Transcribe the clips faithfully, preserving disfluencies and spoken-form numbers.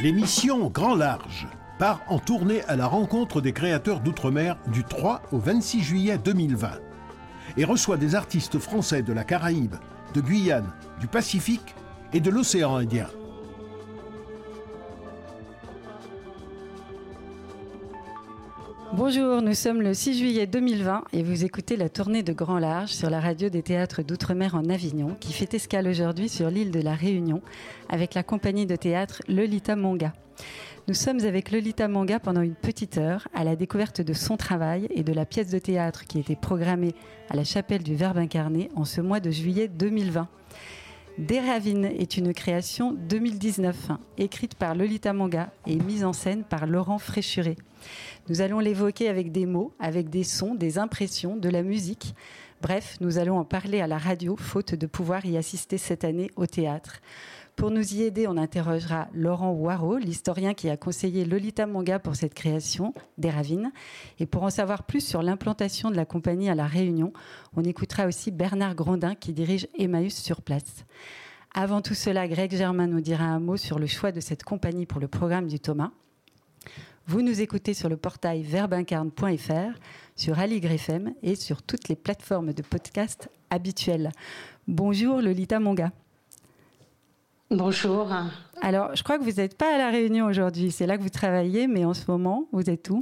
L'émission Grand Large part en tournée à la rencontre des créateurs d'outre-mer du trois au vingt-six juillet deux mille vingt et reçoit des artistes français de la Caraïbe, de Guyane, du Pacifique et de l'océan Indien. Bonjour, nous sommes le six juillet deux mille vingt et vous écoutez la tournée de Grand Large sur la radio des théâtres d'outre-mer en Avignon qui fait escale aujourd'hui sur l'île de la Réunion avec la compagnie de théâtre Lolita Monga. Nous sommes avec Lolita Monga pendant une petite heure à la découverte de son travail et de la pièce de théâtre qui était programmée à la chapelle du Verbe incarné en ce mois de juillet deux mille vingt. Des Ravines est une création deux mille dix-neuf, écrite par Lolita Monga et mise en scène par Laurent Fréchuré. Nous allons l'évoquer avec des mots, avec des sons, des impressions, de la musique. Bref, nous allons en parler à la radio, faute de pouvoir y assister cette année au théâtre. Pour nous y aider, on interrogera Laurent Waro, l'historien qui a conseillé Lolita Monga pour cette création, Des Ravines. Et pour en savoir plus sur l'implantation de la compagnie à La Réunion, on écoutera aussi Bernard Grondin qui dirige Emmaüs sur place. Avant tout cela, Greg Germain nous dira un mot sur le choix de cette compagnie pour le programme du Thomas. Vous nous écoutez sur le portail verbe incarne point f r, sur Aligre F M et sur toutes les plateformes de podcast habituelles. Bonjour Lolita Monga. Bonjour. Alors, je crois que vous n'êtes pas à La Réunion aujourd'hui. C'est là que vous travaillez, mais en ce moment, vous êtes où ?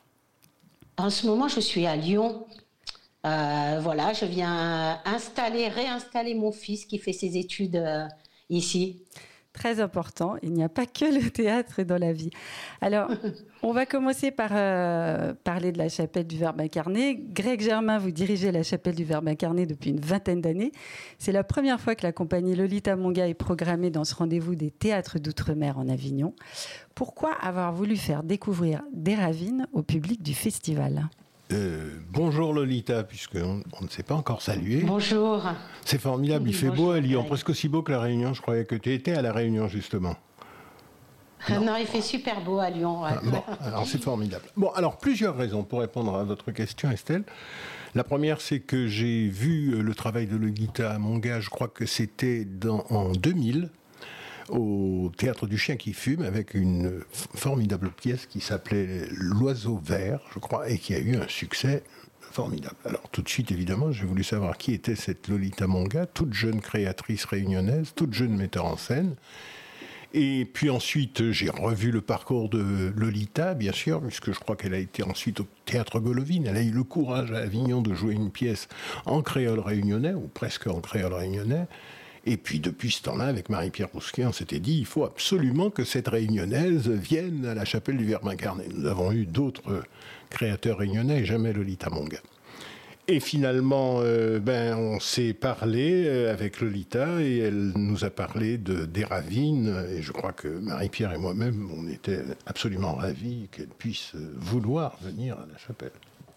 En ce moment, je suis à Lyon. Euh, voilà, je viens installer, réinstaller mon fils qui fait ses études euh, ici. Très important, il n'y a pas que le théâtre dans la vie. Alors, on va commencer par euh, parler de la chapelle du Verbe incarné. Greg Germain, vous dirigez la chapelle du Verbe incarné depuis une vingtaine d'années. C'est la première fois que la compagnie Lolita Monga est programmée dans ce rendez-vous des théâtres d'outre-mer en Avignon. Pourquoi avoir voulu faire découvrir Des Ravines au public du festival ? Euh, bonjour Lolita, puisqu'on on ne s'est pas encore salué. Bonjour. C'est formidable, il fait Bonjour, beau à Lyon, Greg. presque aussi beau que La Réunion. Je croyais que tu étais à La Réunion, justement. Non, non il fait super beau à Lyon. Ouais. Ah, bon, alors c'est formidable. Bon, alors plusieurs raisons pour répondre à votre question, Estelle. La première, c'est que j'ai vu le travail de Lolita Monga, je crois que c'était dans, en deux mille, au Théâtre du Chien qui fume, avec une formidable pièce qui s'appelait L'Oiseau Vert, je crois, et qui a eu un succès formidable. Alors tout de suite, évidemment, j'ai voulu savoir qui était cette Lolita Monga, toute jeune créatrice réunionnaise, toute jeune metteur en scène. Et puis ensuite, j'ai revu le parcours de Lolita, bien sûr, puisque je crois qu'elle a été ensuite au Théâtre Golovine. Elle a eu le courage à Avignon de jouer une pièce en créole réunionnais, ou presque en créole réunionnais. Et puis depuis ce temps-là, avec Marie-Pierre Rousquet, on s'était dit il faut absolument que cette réunionnaise vienne à la chapelle du Verbe incarné. Nous avons eu d'autres créateurs réunionnais et jamais Lolita Monga. Et finalement, euh, ben, on s'est parlé avec Lolita et elle nous a parlé de, des Ravines. Et je crois que Marie-Pierre et moi-même, on était absolument ravis qu'elle puisse vouloir venir à la chapelle.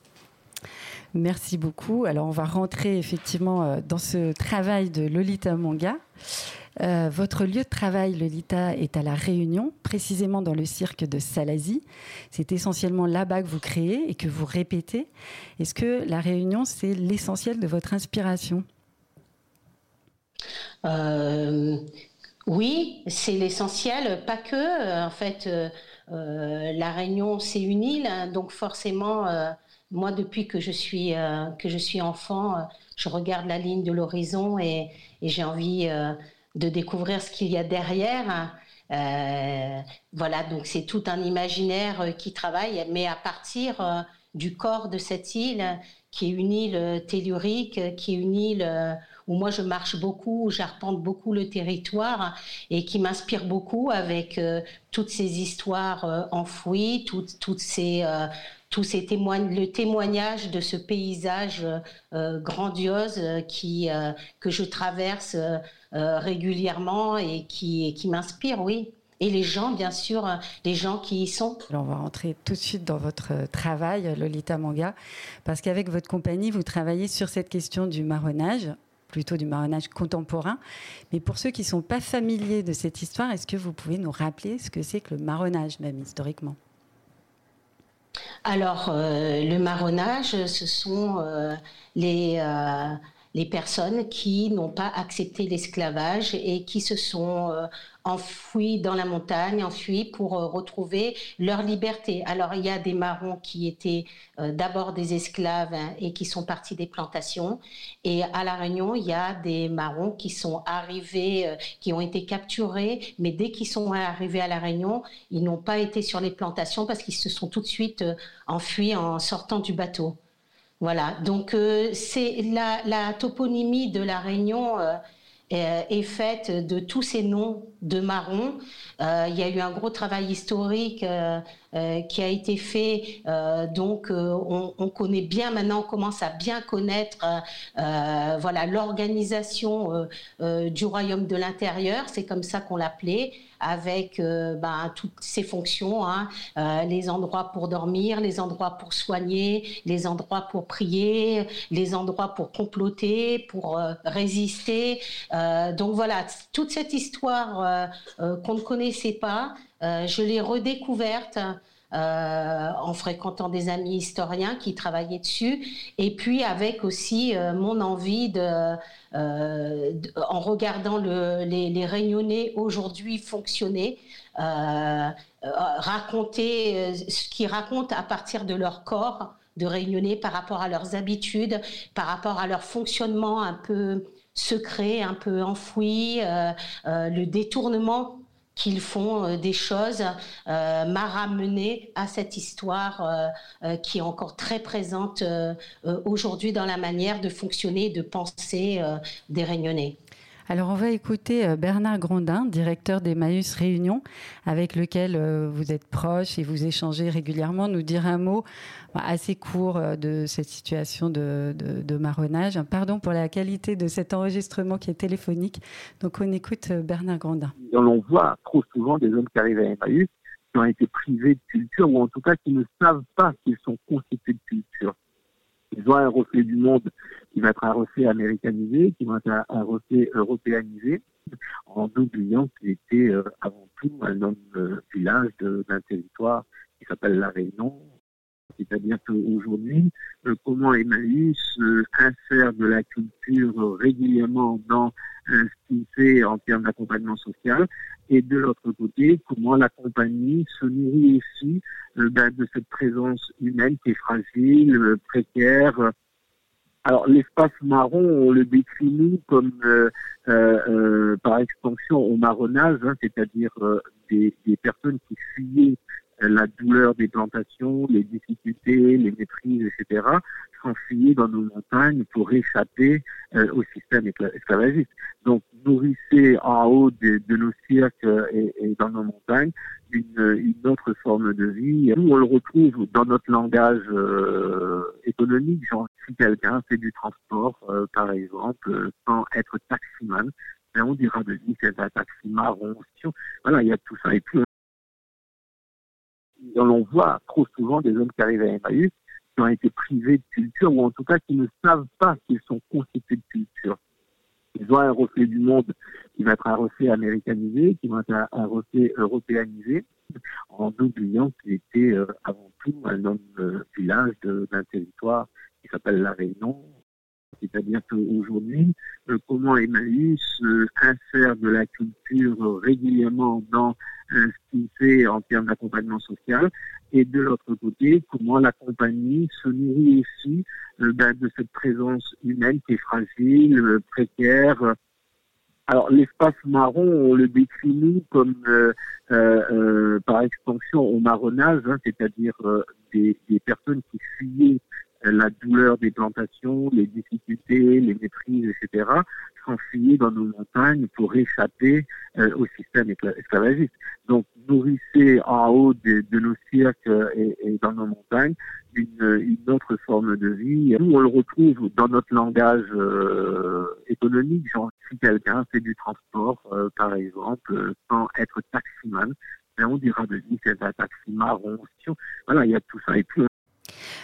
Merci beaucoup. Alors, on va rentrer effectivement dans ce travail de Lolita Monga. Euh, votre lieu de travail, Lolita, est à La Réunion, précisément dans le cirque de Salazie. C'est essentiellement là-bas que vous créez et que vous répétez. Est-ce que La Réunion, c'est l'essentiel de votre inspiration ? Euh, oui, c'est l'essentiel, pas que. En fait, euh, euh, La Réunion, c'est une île, hein, donc forcément... Euh, Moi, depuis que je suis euh, que je suis enfant, euh, je regarde la ligne de l'horizon et, et j'ai envie euh, de découvrir ce qu'il y a derrière. Euh, voilà, donc c'est tout un imaginaire euh, qui travaille, mais à partir euh, du corps de cette île, qui est une île tellurique, qui est une île euh, où moi je marche beaucoup, où j'arpente beaucoup le territoire et qui m'inspire beaucoup avec euh, toutes ces histoires euh, enfouies, toutes toutes ces euh, tous ces témoignages, le témoignage de ce paysage euh, grandiose euh, qui euh, que je traverse euh, régulièrement et qui et qui m'inspire, oui. Et les gens, bien sûr, les gens qui y sont. Alors on va rentrer tout de suite dans votre travail, Lolita Monga, parce qu'avec votre compagnie, vous travaillez sur cette question du marronnage, plutôt du marronnage contemporain. Mais pour ceux qui ne sont pas familiers de cette histoire, est-ce que vous pouvez nous rappeler ce que c'est que le marronnage, même historiquement ? Alors, euh, le marronnage, ce sont euh, les, euh, les personnes qui n'ont pas accepté l'esclavage et qui se sont euh, enfouies dans la montagne, enfuies pour euh, retrouver leur liberté. Alors il y a des marrons qui étaient euh, d'abord des esclaves hein, et qui sont partis des plantations. Et à La Réunion, il y a des marrons qui sont arrivés, euh, qui ont été capturés, mais dès qu'ils sont arrivés à La Réunion, ils n'ont pas été sur les plantations parce qu'ils se sont tout de suite euh, enfuis en sortant du bateau. Voilà, donc euh, c'est la, la toponymie de La Réunion euh, est, est faite de tous ces noms de marrons. Euh, il y a eu un gros travail historique euh, euh, qui a été fait, euh, donc euh, on, on connaît bien maintenant, on commence à bien connaître euh, voilà, l'organisation euh, euh, du royaume de l'intérieur, c'est comme ça qu'on l'appelait, avec euh, ben, toutes ces fonctions, hein, euh, les endroits pour dormir, les endroits pour soigner, les endroits pour prier, les endroits pour comploter, pour euh, résister. Euh, donc voilà, toute cette histoire euh, euh, qu'on ne connaissait pas, euh, je l'ai redécouverte euh, en fréquentant des amis historiens qui travaillaient dessus, et puis avec aussi euh, mon envie de... Euh, en regardant le, les, les Réunionnais aujourd'hui fonctionner, euh, euh, raconter euh, ce qu'ils racontent à partir de leur corps de Réunionnais par rapport à leurs habitudes, par rapport à leur fonctionnement un peu secret, un peu enfoui, euh, euh, le détournement qu'ils font euh, des choses euh, m'a ramené à cette histoire euh, euh, qui est encore très présente euh, euh, aujourd'hui dans la manière de fonctionner et de penser euh, des Réunionnais. Alors, on va écouter Bernard Grondin, directeur d'Emmaüs Réunion, avec lequel vous êtes proche et vous échangez régulièrement, nous dire un mot assez court de cette situation de, de, de marronnage. Pardon pour la qualité de cet enregistrement qui est téléphonique. Donc, on écoute Bernard Grondin. On voit trop souvent des hommes qui arrivent à Emmaüs qui ont été privés de culture, ou en tout cas qui ne savent pas qu'ils sont constitués de culture. Ils ont un reflet du monde qui va être un reflet américanisé, qui va être un, un reflet européanisé, en oubliant qu'il était euh, avant tout un homme euh, village de, d'un territoire qui s'appelle La Réunion. C'est-à-dire qu'aujourd'hui, euh, comment Emmaüs euh, insère de la culture euh, régulièrement dans euh, ce qu'il fait en termes d'accompagnement social, et de l'autre côté, comment la compagnie se nourrit aussi euh, ben, de cette présence humaine qui est fragile, euh, précaire. Alors l'espace marron, on le décrit nous comme euh, euh, euh, par extension au marronnage, hein, c'est-à-dire euh, des, des personnes qui fuyaient la douleur des plantations, les difficultés, les méprises, et cetera, s'enfuyaient dans nos montagnes pour échapper euh, au système esclavagiste. Donc, nourrisser en haut de, de nos cirques et, et dans nos montagnes une, une autre forme de vie. Nous, on le retrouve dans notre langage euh, économique. Genre, si quelqu'un fait du transport, euh, par exemple, sans être taximan, ben on dira de lui c'est un taxi marron. Voilà, il y a tout ça. Et puis, on voit trop souvent des hommes qui arrivent à Emmaüs qui ont été privés de culture, ou en tout cas qui ne savent pas qu'ils sont constitués de culture. Ils ont un reflet du monde qui va être un reflet américanisé, qui va être un, un reflet européanisé, en oubliant qu'il était euh, avant tout un homme euh, village de, d'un territoire qui s'appelle La Réunion. C'est-à-dire qu'aujourd'hui, euh, comment Emmaüs euh, insère de la culture euh, régulièrement dans euh, ce qu'il fait en termes d'accompagnement social, et de l'autre côté, comment la compagnie se nourrit aussi euh, ben, de cette présence humaine qui est fragile, euh, précaire. Alors l'espace marron, on le décrit nous comme euh, euh, euh, par extension au marronnage, hein, c'est-à-dire euh, des, des personnes qui fuyaient la douleur des plantations, les difficultés, les méprises, et cetera, s'enfuyaient dans nos montagnes pour échapper euh, au système esclavagiste. Donc, nourrisser en haut de, de nos cirques et, et dans nos montagnes une, une autre forme de vie. Nous, on le retrouve dans notre langage euh, économique. Genre, si quelqu'un fait du transport, euh, par exemple, euh, sans être taximan, ben on dira de lui c'est un taxi marron. Voilà, il y a tout ça. Et puis,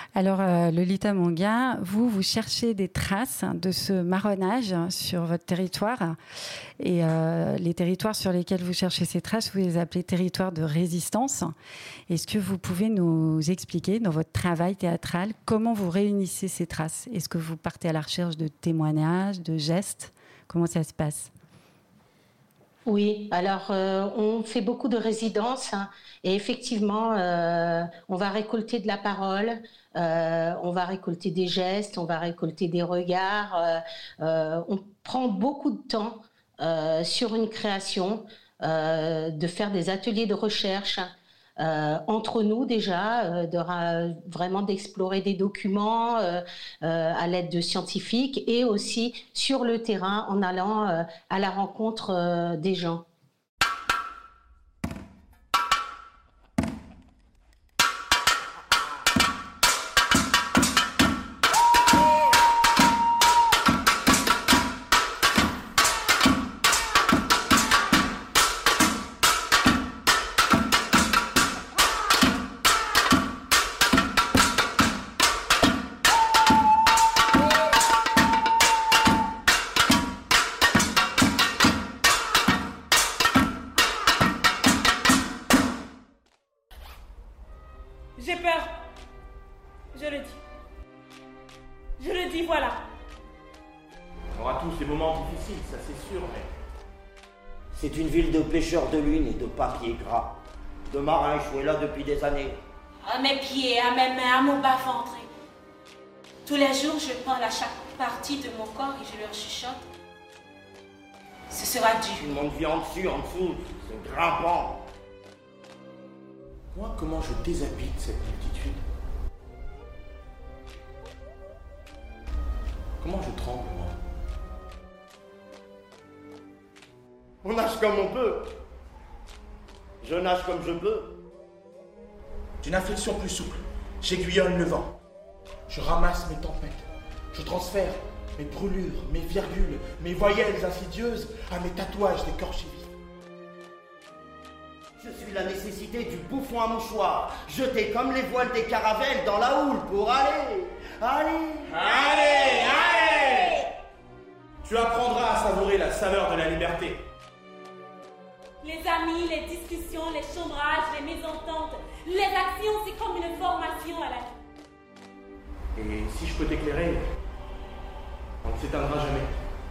Alors, euh, Lolita Monga, vous, vous cherchez des traces de ce marronnage sur votre territoire. Et euh, les territoires sur lesquels vous cherchez ces traces, vous les appelez territoires de résistance. Est-ce que vous pouvez nous expliquer, dans votre travail théâtral, comment vous réunissez ces traces ? Est-ce que vous partez à la recherche de témoignages, de gestes ? Comment ça se passe ? Oui, alors euh, on fait beaucoup de résidences hein, et effectivement, euh, on va récolter de la parole, euh, on va récolter des gestes, on va récolter des regards. Euh, euh, on prend beaucoup de temps euh, sur une création, euh, de faire des ateliers de recherche euh, entre nous déjà, euh, de ra- vraiment d'explorer des documents euh, euh, à l'aide de scientifiques et aussi sur le terrain en allant euh, à la rencontre euh, des gens. J'ai peur. Je le dis. Je le dis, voilà. On aura tous des moments difficiles, ça c'est sûr, mais... C'est une ville de pêcheurs de lune et de papier gras. De marins échoués là depuis des années. À mes pieds, à mes mains, à mon bas-ventre. Tous les jours, je parle à chaque partie de mon corps et je leur chuchote. Ce sera dur. Tout le monde vit en dessus, en dessous. C'est grimpant. Moi, comment je déshabite cette multitude? Comment je tremble, moi? On nage comme on peut. Je nage comme je peux. J'ai une inflexion plus souple. J'aiguillonne le vent. Je ramasse mes tempêtes. Je transfère mes brûlures, mes virgules, mes voyelles insidieuses à mes tatouages d'écorchés vifs. Je suis la nécessité du bouffon à mouchoir, jeté comme les voiles des caravelles dans la houle pour aller, aller, Allez, allez! Tu apprendras à savourer la saveur de la liberté. Les amis, les discussions, les chambrages, les mésententes, les actions, c'est comme une formation à la vie. Et si je peux t'éclairer, on ne s'éteindra jamais.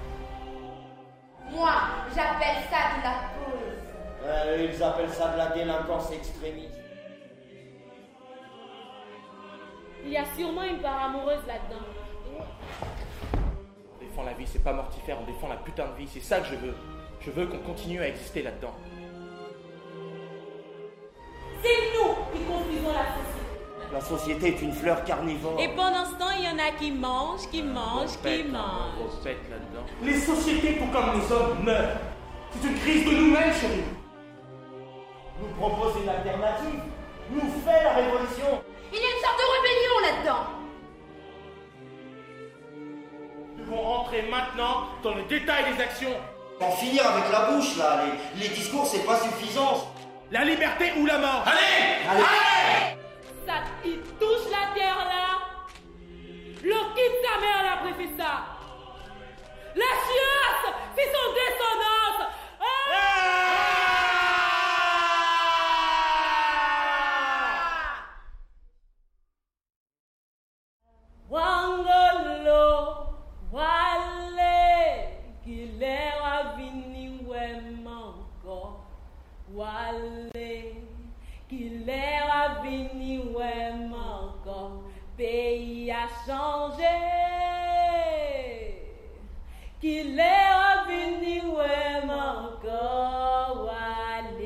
Moi, j'appelle ça de la pause. Euh, ils appellent ça de la délinquance extrémiste. Il y a sûrement une part amoureuse là-dedans. On défend la vie, c'est pas mortifère, on défend la putain de vie, c'est ça que je veux. Je veux qu'on continue à exister là-dedans. C'est nous qui construisons la société. La société est une fleur carnivore. Et pendant ce temps, il y en a qui mangent, qui mangent, On qui pète, mangent. on pète là-dedans. Les sociétés, tout comme les hommes, meurent. C'est une crise de nous-mêmes, chérie. Nous propose une alternative. Nous fait la révolution. Il y a une sorte de rébellion là-dedans. Nous devons rentrer maintenant dans le détail des actions. En finir avec la bouche, là. Les, les discours, c'est pas suffisant. La liberté ou la mort. Allez, Allez. allez. Ça qui touche la terre là, le kit sa mère l'a préfet ça. La chiasse, c'est son descendance. Ah! Wangolo, wale, qu'il est ravini encore. Wale, qu'il est ravini encore. Pays a changé. Qu'il est ravini encore. Wale.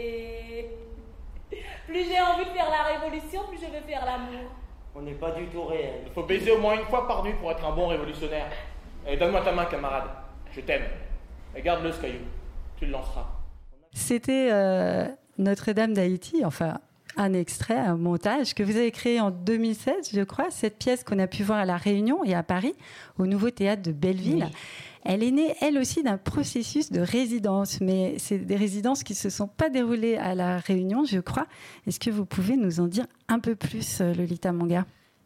Plus j'ai envie de faire la révolution, plus je veux faire l'amour. On n'est pas du tout réel. Il faut baiser au moins une fois par nuit pour être un bon révolutionnaire. Et donne-moi ta main, camarade. Je t'aime. Et garde-le, ce caillou. Tu le lanceras. C'était euh, Notre-Dame d'Haïti, enfin un extrait, un montage que vous avez créé en deux mille seize, je crois, cette pièce qu'on a pu voir à La Réunion et à Paris, au Nouveau Théâtre de Belleville. Oui. Elle est née, elle aussi, d'un processus de résidence, mais c'est des résidences qui ne se sont pas déroulées à La Réunion, je crois. Est-ce que vous pouvez nous en dire un peu plus, Lolita Monga ?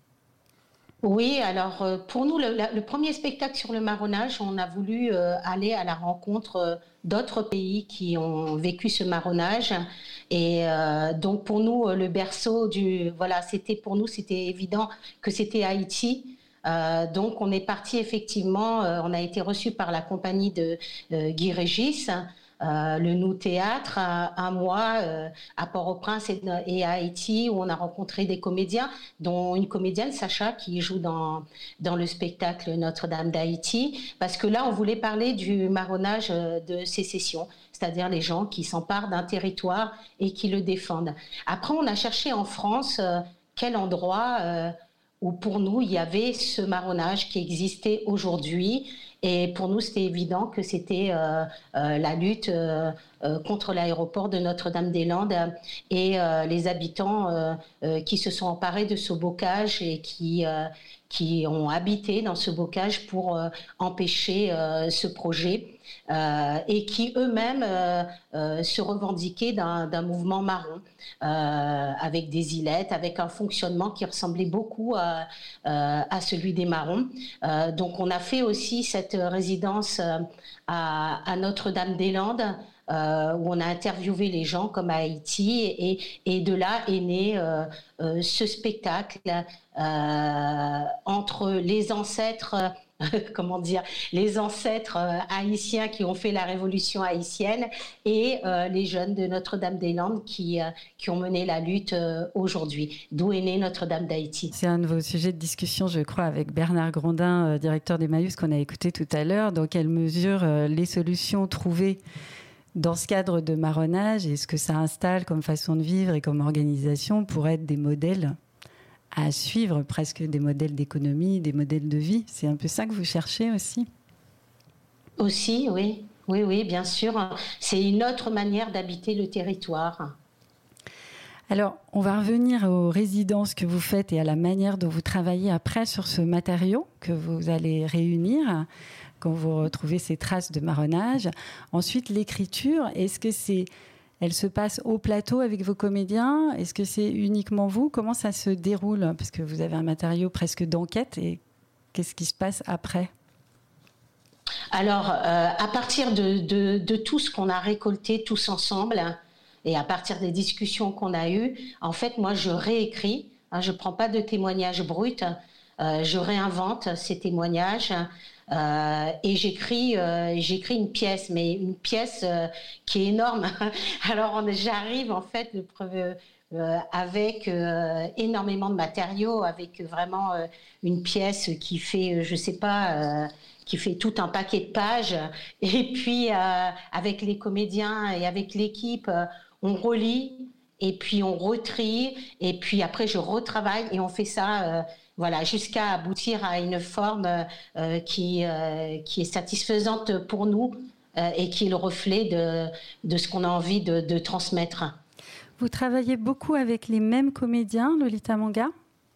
Oui, alors euh, pour nous, le, la- le premier spectacle sur le marronnage, on a voulu euh, aller à la rencontre euh, d'autres pays qui ont vécu ce marronnage. Et euh, donc pour nous, euh, le berceau du, voilà, c'était pour nous, c'était évident que c'était Haïti. Euh, donc on est parti effectivement, euh, on a été reçu par la compagnie de euh, Guy Régis. Euh, le Nou Théâtre, un, un mois euh, à Port-au-Prince et, et à Haïti, où on a rencontré des comédiens, dont une comédienne, Sacha, qui joue dans, dans le spectacle Notre-Dame d'Haïti, parce que là, on voulait parler du marronnage de sécession, c'est-à-dire les gens qui s'emparent d'un territoire et qui le défendent. Après, on a cherché en France euh, quel endroit euh, où pour nous, il y avait ce marronnage qui existait aujourd'hui. Et pour nous, c'était évident que c'était euh, euh, la lutte euh, euh, contre l'aéroport de Notre-Dame-des-Landes et euh, les habitants euh, euh, qui se sont emparés de ce bocage et qui, euh, qui ont habité dans ce bocage pour euh, empêcher euh, ce projet. Euh, et qui eux-mêmes euh, euh, se revendiquaient d'un, d'un mouvement marron, euh, avec des îlettes, avec un fonctionnement qui ressemblait beaucoup à, euh, à celui des marrons. Euh, donc on a fait aussi cette résidence euh, à, à Notre-Dame-des-Landes, euh, où on a interviewé les gens comme à Haïti, et, et de là est né euh, euh, ce spectacle euh, entre les ancêtres comment dire, les ancêtres euh, haïtiens qui ont fait la révolution haïtienne et euh, les jeunes de Notre-Dame-des-Landes qui, euh, qui ont mené la lutte euh, aujourd'hui. D'où est née Notre-Dame d'Haïti. C'est un de vos sujets de discussion, je crois, avec Bernard Grondin, euh, directeur d'Emmaüs, qu'on a écouté tout à l'heure. Dans quelle mesure euh, les solutions trouvées dans ce cadre de marronnage et ce que ça installe comme façon de vivre et comme organisation pourraient être des modèles à suivre, presque des modèles d'économie, des modèles de vie. C'est un peu ça que vous cherchez aussi ? Aussi, oui. Oui, oui, bien sûr. C'est une autre manière d'habiter le territoire. Alors, on va revenir aux résidences que vous faites et à la manière dont vous travaillez après sur ce matériau que vous allez réunir quand vous retrouvez ces traces de marronnage. Ensuite, l'écriture, est-ce que c'est... Elle se passe au plateau avec vos comédiens ? Est-ce que c'est uniquement vous ? Comment ça se déroule ? Parce que vous avez un matériau presque d'enquête. Et qu'est-ce qui se passe après ? Alors, euh, à partir de, de, de tout ce qu'on a récolté tous ensemble, et à partir des discussions qu'on a eues, en fait, moi, je réécris. Hein, je ne prends pas de témoignages bruts. Euh, je réinvente ces témoignages. Euh, et j'écris, euh, j'écris une pièce, mais une pièce euh, qui est énorme. Alors on, j'arrive en fait euh, euh, avec euh, énormément de matériaux, avec vraiment euh, une pièce qui fait, je sais pas, euh, qui fait tout un paquet de pages. Et puis euh, avec les comédiens et avec l'équipe, euh, on relit et puis on retrie et puis après je retravaille et on fait ça. Euh, Voilà, jusqu'à aboutir à une forme euh, qui, euh, qui est satisfaisante pour nous euh, et qui est le reflet de, de ce qu'on a envie de, de transmettre. Vous travaillez beaucoup avec les mêmes comédiens, Lolita Manga ?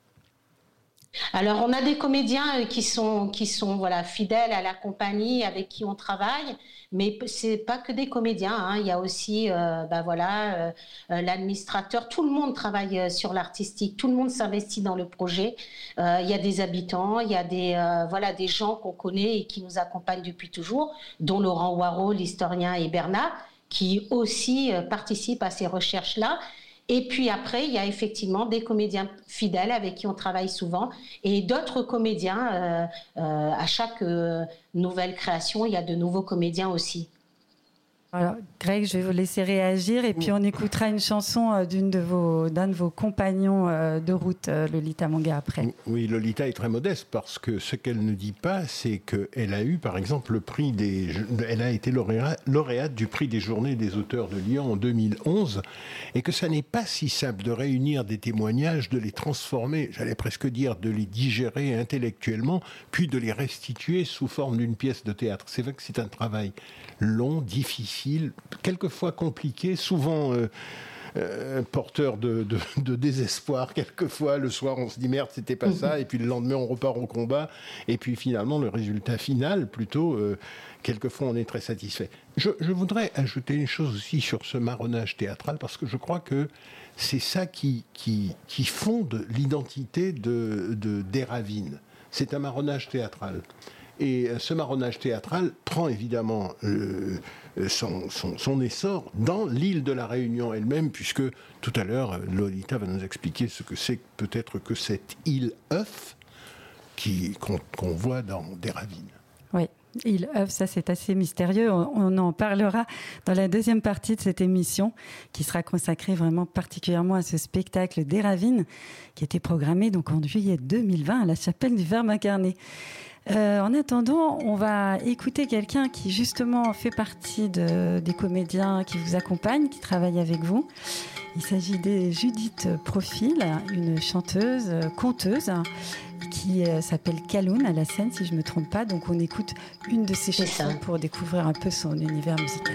Alors, on a des comédiens qui sont, qui sont voilà, fidèles à la compagnie avec qui on travaille, mais c'est pas que des comédiens. Hein. Il y a aussi euh, ben voilà, euh, l'administrateur. Tout le monde travaille sur l'artistique, tout le monde s'investit dans le projet. Euh, il y a des habitants, il y a des, euh, voilà, des gens qu'on connaît et qui nous accompagnent depuis toujours, dont Laurent Waro, l'historien, et Bernard, qui aussi euh, participent à ces recherches-là. Et puis après, il y a effectivement des comédiens fidèles avec qui on travaille souvent et d'autres comédiens. Euh, euh, à chaque euh, nouvelle création, il y a de nouveaux comédiens aussi. Alors, Greg, je vais vous laisser réagir et puis on écoutera une chanson d'une de vos, d'un de vos compagnons de route, Lolita Manga, après. Oui, Lolita est très modeste parce que ce qu'elle ne dit pas, c'est qu'elle a eu, par exemple, le prix des... Elle a été lauréate, lauréate du prix des Journées des auteurs de Lyon en deux mille onze et que ça n'est pas si simple de réunir des témoignages, de les transformer, j'allais presque dire de les digérer intellectuellement, puis de les restituer sous forme d'une pièce de théâtre. C'est vrai que c'est un travail long, difficile, quelquefois compliqué, souvent euh, euh, porteur de, de, de désespoir. Quelquefois, le soir, on se dit merde, c'était pas ça, et puis le lendemain, on repart au combat, et puis finalement, le résultat final, plutôt, euh, quelquefois, on est très satisfait. Je, je voudrais ajouter une chose aussi sur ce marronnage théâtral, parce que je crois que c'est ça qui, qui, qui fonde l'identité de, de, des Ravines. C'est un marronnage théâtral. Et ce marronnage théâtral prend évidemment euh, son, son, son essor dans l'île de la Réunion elle-même, puisque tout à l'heure, Lolita va nous expliquer ce que c'est peut-être que cette île œuf qui, qu'on, qu'on voit dans des ravines. Oui, île œuf, ça c'est assez mystérieux. On, on en parlera dans la deuxième partie de cette émission, qui sera consacrée vraiment particulièrement à ce spectacle des ravines, qui était programmé donc en juillet deux mille vingt à la chapelle du Verbe incarné. Euh, en attendant, on va écouter quelqu'un qui justement fait partie de, des comédiens qui vous accompagnent, qui travaillent avec vous. Il s'agit de Judith Profil, une chanteuse, conteuse, qui euh, s'appelle Kaloun à la scène, si je ne me trompe pas. Donc on écoute une de ses chansons pour découvrir un peu son univers musical.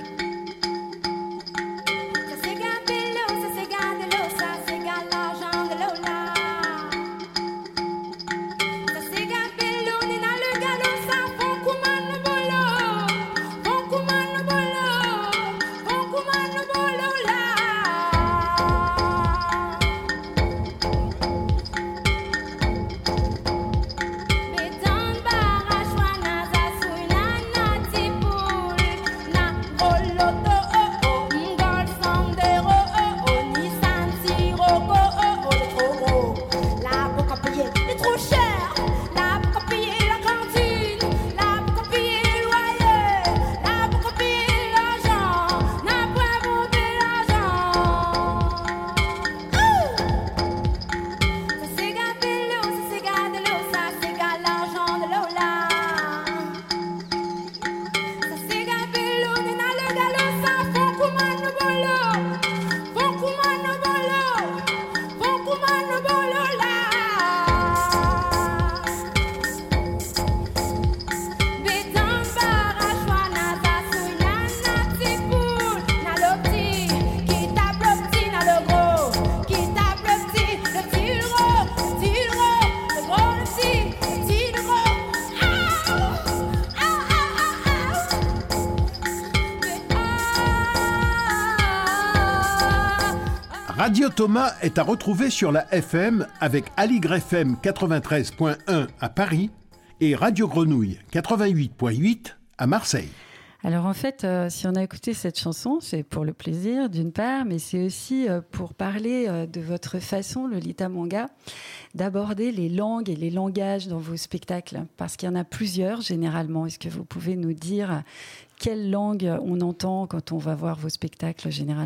Radio Thomas est à retrouver sur la F M avec Aligre F M quatre-vingt-treize point un à Paris et Radio Grenouille quatre-vingt-huit point huit à Marseille. Alors en fait, euh, si on a écouté cette chanson, c'est pour le plaisir d'une part, mais c'est aussi euh, pour parler euh, de votre façon, Lolita Monga, d'aborder les langues et les langages dans vos spectacles, parce qu'il y en a plusieurs généralement. Est-ce que vous pouvez nous dire quelle langue on entend quand on va voir vos spectacles généralement ?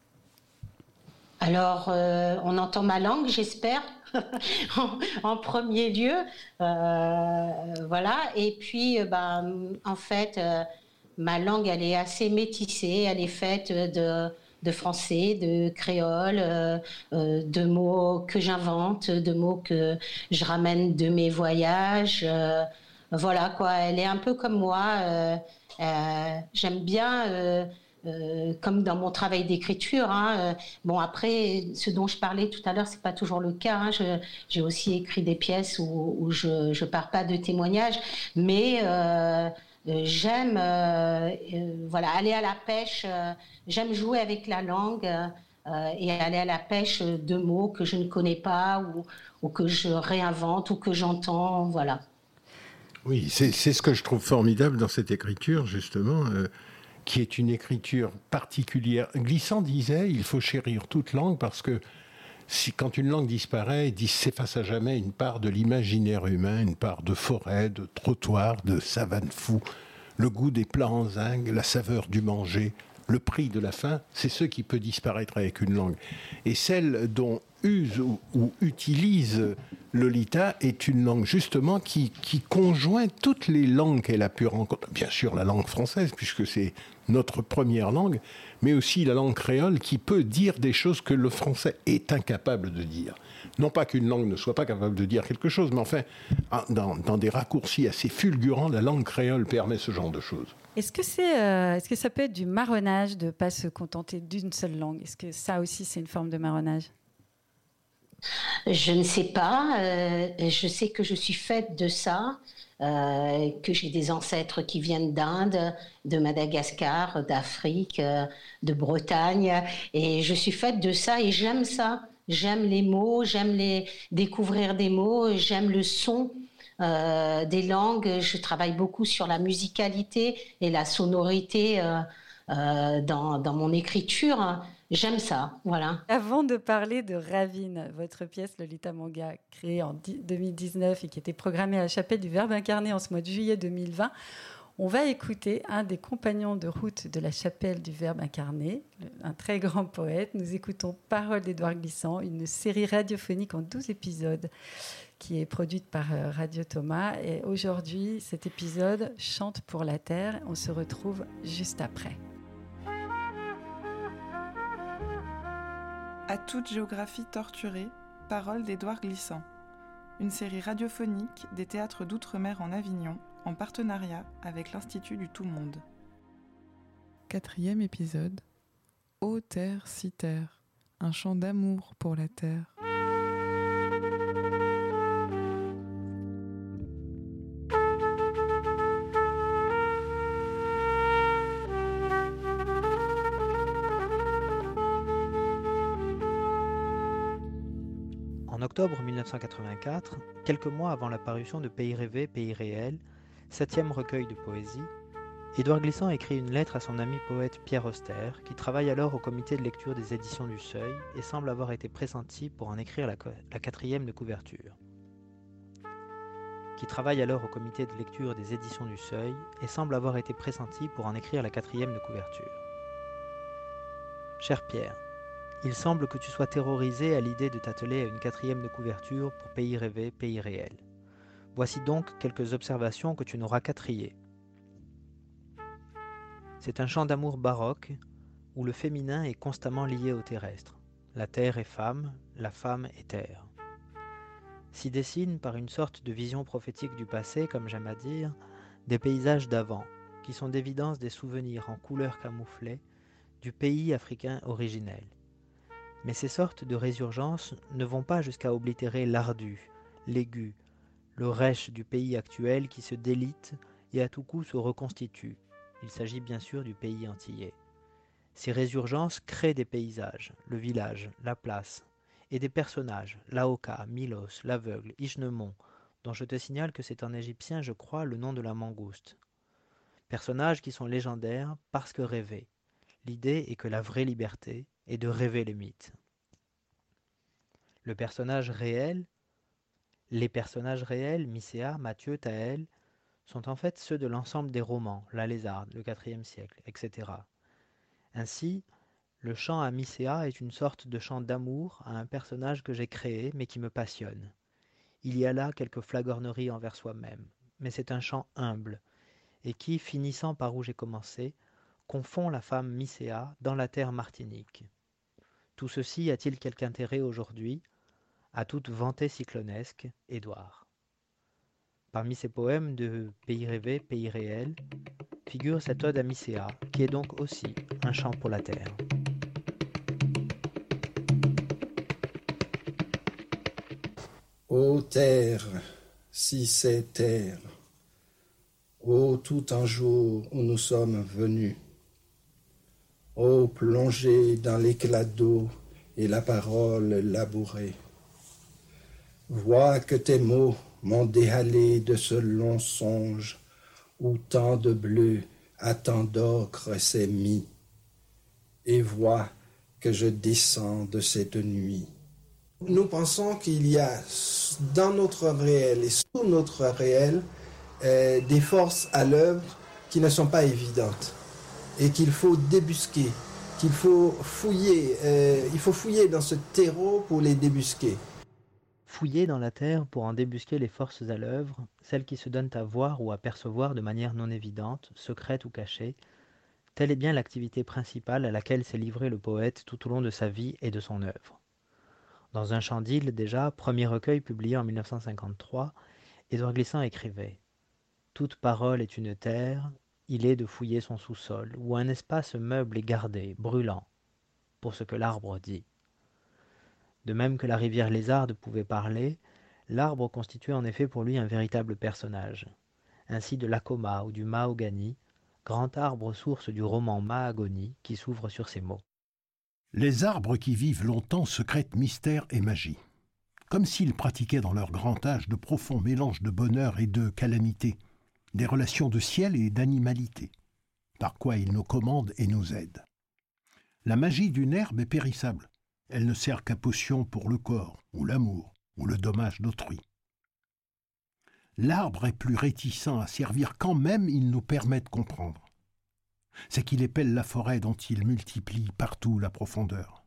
Alors, euh, on entend ma langue, j'espère, en, en premier lieu. Euh, voilà. Et puis, euh, ben, en fait, euh, ma langue, elle est assez métissée. Elle est faite de, de français, de créole, euh, euh, de mots que j'invente, de mots que je ramène de mes voyages. Euh, voilà, quoi. Elle est un peu comme moi. Euh, euh, j'aime bien... Euh, Euh, comme dans mon travail d'écriture. Hein, euh, bon, après, ce dont je parlais tout à l'heure, c'est pas toujours le cas. Hein, je, j'ai aussi écrit des pièces où, où je, je pars pas de témoignages, mais euh, euh, j'aime, euh, euh, voilà, aller à la pêche. Euh, j'aime jouer avec la langue euh, et aller à la pêche de mots que je ne connais pas ou, ou que je réinvente ou que j'entends. Voilà. Oui, c'est, c'est ce que je trouve formidable dans cette écriture, justement. Euh... qui est une écriture particulière. Glissant disait, il faut chérir toute langue parce que si, quand une langue disparaît, il s'efface à jamais une part de l'imaginaire humain, une part de forêt, de trottoir, de savane fou, le goût des plats en zinc, la saveur du manger, le prix de la faim, c'est ce qui peut disparaître avec une langue. Et celle dont use ou, ou utilise Lolita est une langue justement qui, qui conjoint toutes les langues qu'elle a pu rencontrer. Bien sûr la langue française, puisque c'est notre première langue, mais aussi la langue créole qui peut dire des choses que le français est incapable de dire. Non pas qu'une langue ne soit pas capable de dire quelque chose, mais enfin, dans, dans des raccourcis assez fulgurants, la langue créole permet ce genre de choses. Est-ce que, c'est, euh, est-ce que ça peut être du marronnage de ne pas se contenter d'une seule langue ? Est-ce que ça aussi, c'est une forme de marronnage ? Je ne sais pas. Euh, je sais que je suis faite de ça, euh, que j'ai des ancêtres qui viennent d'Inde, de Madagascar, d'Afrique, euh, de Bretagne. Et je suis faite de ça et j'aime ça. J'aime les mots, j'aime les découvrir des mots, j'aime le son. Euh, des langues, je travaille beaucoup sur la musicalité et la sonorité euh, euh, dans, dans mon écriture. J'aime ça, voilà. Avant de parler de Ravine, votre pièce Lolita Manga, créée en deux mille dix-neuf et qui était programmée à la Chapelle du Verbe incarné en ce mois de juillet deux mille vingt, on va écouter un des compagnons de route de la Chapelle du Verbe incarné, un très grand poète. Nous écoutons Paroles d'Édouard Glissant, une série radiophonique en douze épisodes qui est produite par Radio Thomas. Et aujourd'hui, cet épisode chante pour la terre. On se retrouve juste après. À toute géographie torturée, Paroles d'Édouard Glissant. Une série radiophonique des théâtres d'outre-mer en Avignon, en partenariat avec l'Institut du Tout-Monde. Quatrième épisode. Ô terre, si terre, un chant d'amour pour la terre. En octobre mille neuf cent quatre-vingt-quatre, quelques mois avant la parution de Pays rêvé, Pays réel, septième recueil de poésie, Édouard Glissant écrit une lettre à son ami poète Pierre Auster, qui travaille alors au comité de lecture des éditions du Seuil et semble avoir été pressenti pour en écrire la, co- la quatrième de couverture. Qui travaille alors au comité de lecture des éditions du Seuil et semble avoir été pressenti pour en écrire la quatrième de couverture. Cher Pierre, il semble que tu sois terrorisé à l'idée de t'atteler à une quatrième de couverture pour Pays rêvé, Pays réel. Voici donc quelques observations que tu n'auras qu'à trier. C'est un chant d'amour baroque où le féminin est constamment lié au terrestre. La terre est femme, la femme est terre. S'y dessinent par une sorte de vision prophétique du passé, comme j'aime à dire, des paysages d'avant, qui sont d'évidence des souvenirs en couleurs camouflées du pays africain originel. Mais ces sortes de résurgences ne vont pas jusqu'à oblitérer l'ardu, l'aigu, le rêche du pays actuel qui se délite et à tout coup se reconstitue. Il s'agit bien sûr du pays antillais. Ces résurgences créent des paysages, le village, la place, et des personnages, Laoka, Milos, l'aveugle, Ichnemon, dont je te signale que c'est en égyptien, je crois, le nom de la mangouste. Personnages qui sont légendaires parce que rêvés. L'idée est que la vraie liberté est de rêver les mythes. Le personnage réel, les personnages réels, Mycéa, Mathieu, Taël, sont en fait ceux de l'ensemble des romans, La Lézarde, le quatrième siècle, et cetera. Ainsi, le chant à Mycéa est une sorte de chant d'amour à un personnage que j'ai créé mais qui me passionne. Il y a là quelques flagorneries envers soi-même, mais c'est un chant humble, et qui, finissant par où j'ai commencé, confond la femme Mycéa dans la terre martinique. Tout ceci a-t-il quelque intérêt aujourd'hui? À toute vantée cyclonesque, Édouard. Parmi ces poèmes de Pays rêvé, Pays réel, figure cette ode à Mycéa, qui est donc aussi un chant pour la terre. Ô terre, si c'est terre, ô tout un jour où nous sommes venus, ô plongé dans l'éclat d'eau et la parole labourée, vois que tes mots m'ont déhalé de ce long songe où tant de bleu à tant d'ocre s'est mis, et vois que je descends de cette nuit. Nous pensons qu'il y a dans notre réel et sous notre réel euh, des forces à l'œuvre qui ne sont pas évidentes et qu'il faut débusquer, qu'il faut fouiller, euh, il faut fouiller dans ce terreau pour les débusquer. Fouiller dans la terre pour en débusquer les forces à l'œuvre, celles qui se donnent à voir ou à percevoir de manière non évidente, secrète ou cachée, telle est bien l'activité principale à laquelle s'est livré le poète tout au long de sa vie et de son œuvre. Dans Un chant d'île, déjà, premier recueil publié en mille neuf cent cinquante-trois, Édouard Glissant écrivait « Toute parole est une terre, il est de fouiller son sous-sol, où un espace meuble est gardé, brûlant, pour ce que l'arbre dit. » De même que la rivière Lézarde pouvait parler, l'arbre constituait en effet pour lui un véritable personnage. Ainsi de l'Acoma ou du Mahogany, grand arbre source du roman Mahagonie qui s'ouvre sur ces mots. Les arbres qui vivent longtemps secrètent mystère et magie, comme s'ils pratiquaient dans leur grand âge de profonds mélanges de bonheur et de calamité, des relations de ciel et d'animalité, par quoi ils nous commandent et nous aident. La magie d'une herbe est périssable, elle ne sert qu'à potion pour le corps, ou l'amour, ou le dommage d'autrui. L'arbre est plus réticent à servir quand même il nous permet de comprendre. C'est qu'il épelle la forêt dont il multiplie partout la profondeur.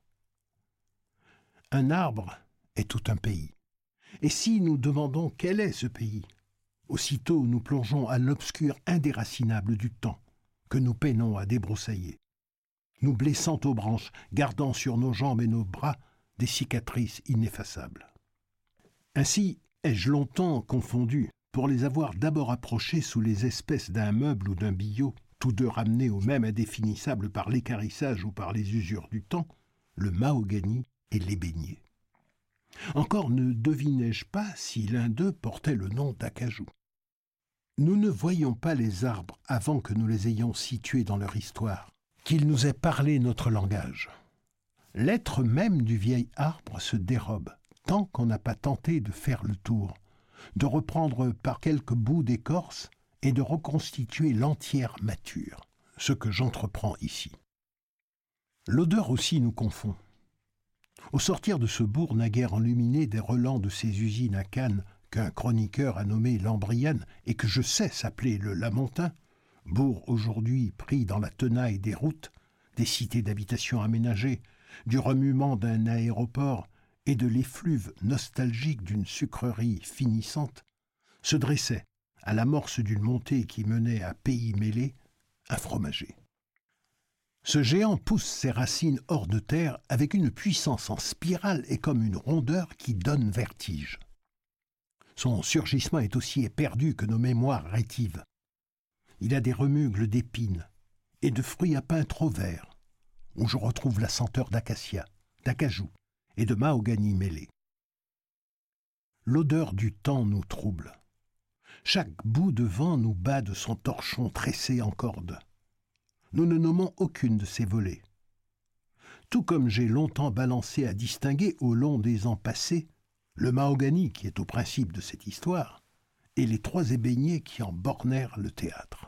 Un arbre est tout un pays. Et si nous demandons quel est ce pays, aussitôt nous plongeons à l'obscur indéracinable du temps que nous peinons à débroussailler, nous blessant aux branches, gardant sur nos jambes et nos bras des cicatrices ineffaçables. Ainsi ai-je longtemps confondu, pour les avoir d'abord approchés sous les espèces d'un meuble ou d'un billot, tous deux ramenés au même indéfinissable par l'équarrissage ou par les usures du temps, le mahogany et l'ébénier. Encore ne devinais-je pas si l'un d'eux portait le nom d'acajou. Nous ne voyions pas les arbres avant que nous les ayons situés dans leur histoire, qu'ils nous aient parlé notre langage. L'être même du vieil arbre se dérobe, tant qu'on n'a pas tenté de faire le tour, de reprendre par quelques bouts d'écorce et de reconstituer l'entière mâture, ce que j'entreprends ici. L'odeur aussi nous confond. Au sortir de ce bourg naguère enluminé des relents de ces usines à canne qu'un chroniqueur a nommé l'Ambriane et que je sais s'appeler le Lamentin, bourg aujourd'hui pris dans la tenaille des routes, des cités d'habitation aménagées, du remuement d'un aéroport et de l'effluve nostalgique d'une sucrerie finissante, se dressait, à l'amorce d'une montée qui menait à Pays Mêlé, un fromager. Ce géant pousse ses racines hors de terre avec une puissance en spirale et comme une rondeur qui donne vertige. Son surgissement est aussi éperdu que nos mémoires rétives. Il a des remugles d'épines et de fruits à pain trop verts, où je retrouve la senteur d'acacia, d'acajou et de mahogany mêlés. L'odeur du temps nous trouble. Chaque bout de vent nous bat de son torchon tressé en corde. Nous ne nommons aucune de ces volées. Tout comme j'ai longtemps balancé à distinguer au long des ans passés le mahogany qui est au principe de cette histoire et les trois ébéniers qui en bornèrent le théâtre.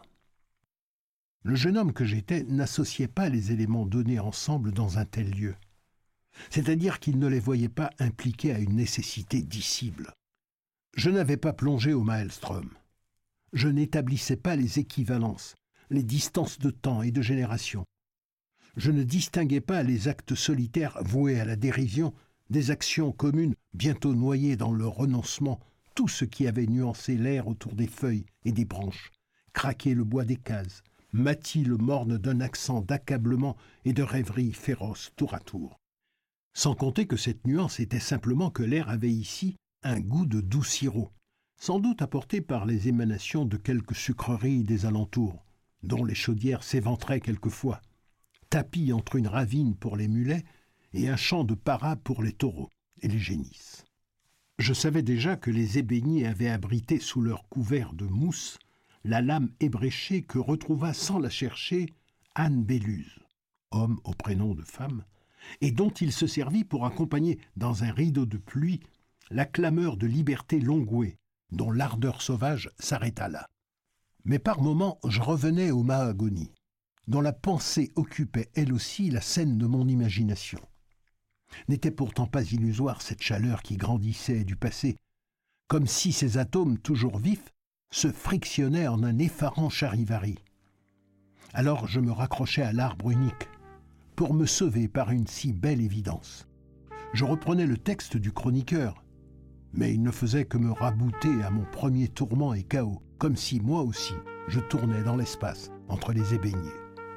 Le jeune homme que j'étais n'associait pas les éléments donnés ensemble dans un tel lieu, c'est-à-dire qu'il ne les voyait pas impliqués à une nécessité dissible. Je n'avais pas plongé au maelstrom. Je n'établissais pas les équivalences, les distances de temps et de génération. Je ne distinguais pas les actes solitaires voués à la dérision des actions communes bientôt noyées dans le renoncement, tout ce qui avait nuancé l'air autour des feuilles et des branches, craqué le bois des cases, mâti le morne d'un accent d'accablement et de rêverie féroce tour à tour. Sans compter que cette nuance était simplement que l'air avait ici un goût de doux sirop, sans doute apporté par les émanations de quelques sucreries des alentours, dont les chaudières s'éventraient quelquefois, tapis entre une ravine pour les mulets et un champ de para pour les taureaux et les génisses. Je savais déjà que les ébéniers avaient abrité sous leur couvert de mousse la lame ébréchée que retrouva sans la chercher Anne Béluse, homme au prénom de femme, et dont il se servit pour accompagner dans un rideau de pluie la clameur de liberté longuée, dont l'ardeur sauvage s'arrêta là. Mais par moments, je revenais au mahogany, dont la pensée occupait elle aussi la scène de mon imagination. N'était pourtant pas illusoire cette chaleur qui grandissait du passé, comme si ces atomes toujours vifs se frictionnaient en un effarant charivari. Alors je me raccrochais à l'arbre unique, pour me sauver par une si belle évidence. Je reprenais le texte du chroniqueur, mais il ne faisait que me rabouter à mon premier tourment et chaos, comme si moi aussi je tournais dans l'espace entre les ébéniers.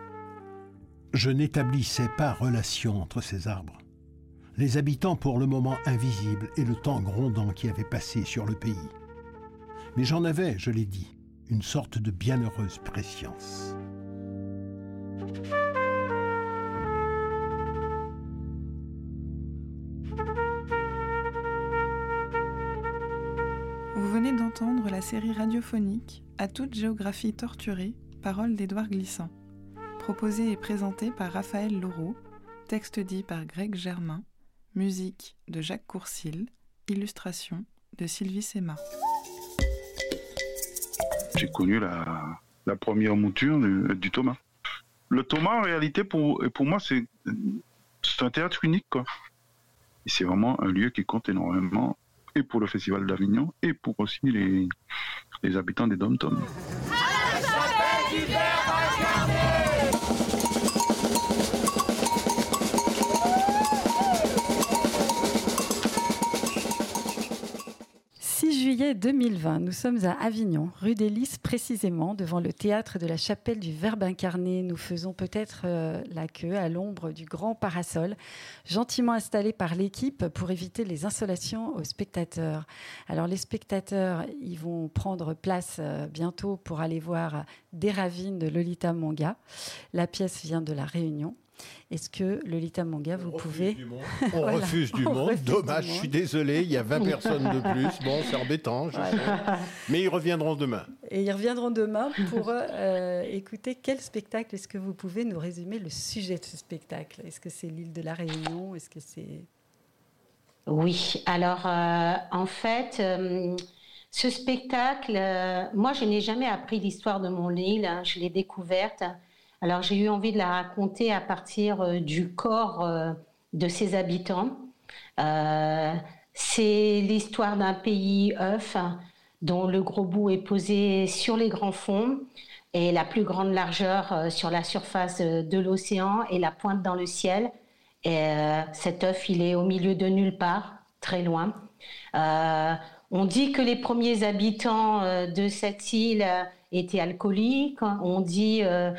Je n'établissais pas relation entre ces arbres, les habitants pour le moment invisibles et le temps grondant qui avait passé sur le pays. Mais j'en avais, je l'ai dit, une sorte de bienheureuse prescience. la série radiophonique À toute géographie torturée, paroles d'Édouard Glissant. Proposée et présentée par Raphaël Laureau, texte dit par Greg Germain, musique de Jacques Courcil, illustration de Sylvie Sema. J'ai connu la, la première mouture du, du Thomas. Le Thomas, en réalité, pour, pour moi, c'est, c'est un théâtre unique, quoi. Et c'est vraiment un lieu qui compte énormément, et pour le Festival d'Avignon, et pour aussi les, les habitants des Dom-Tom. six juillet deux mille vingt, nous sommes à Avignon, rue des Lys précisément, devant le théâtre de la Chapelle du Verbe incarné. Nous faisons peut-être euh, la queue à l'ombre du grand parasol, gentiment installé par l'équipe pour éviter les insolations aux spectateurs. Alors les spectateurs, ils vont prendre place euh, bientôt pour aller voir Des Ravines de Lolita Monga. La pièce vient de La Réunion. Est-ce que Lolita Monga, vous on pouvez... Refuse du monde. On voilà. refuse du on monde. Refuse Dommage, du monde. Je suis désolé, il y a vingt personnes de plus. Bon, c'est embêtant, je voilà. sais. Mais ils reviendront demain. Et ils reviendront demain pour euh, écouter quel spectacle. Est-ce que vous pouvez nous résumer le sujet de ce spectacle ? Est-ce que c'est l'île de la Réunion ? Est-ce que c'est... Oui, alors euh, en fait... Euh, ce spectacle, euh, moi je n'ai jamais appris l'histoire de mon île, hein, je l'ai découverte. Alors j'ai eu envie de la raconter à partir euh, du corps euh, de ses habitants. Euh, c'est l'histoire d'un pays œuf dont le gros bout est posé sur les grands fonds et la plus grande largeur euh, sur la surface de l'océan et la pointe dans le ciel. Et euh, cet œuf, il est au milieu de nulle part, très loin. Euh, on dit que les premiers habitants euh, de cette île euh, étaient alcooliques. On dit euh,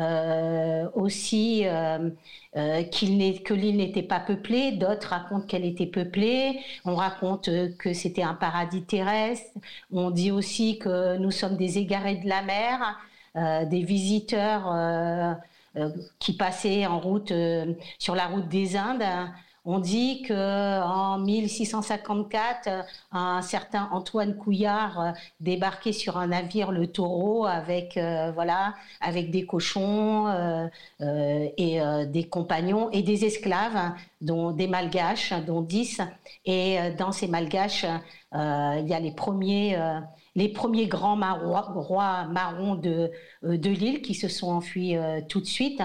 euh, aussi euh, euh, qu'il n'est, que l'île n'était pas peuplée. D'autres racontent qu'elle était peuplée. On raconte euh, que c'était un paradis terrestre. On dit aussi que nous sommes des égarés de la mer, euh, des visiteurs euh, euh, qui passaient en route euh, sur la route des Indes. On dit qu'en mille six cent cinquante-quatre, un certain Antoine Couillard débarquait sur un navire, le Taureau, avec, euh, voilà, avec des cochons euh, euh, et euh, des compagnons et des esclaves, dont des malgaches, dont dix. Et euh, dans ces malgaches, euh, il y a les premiers, euh, les premiers grands rois, rois marrons de, de l'île qui se sont enfuis euh, tout de suite.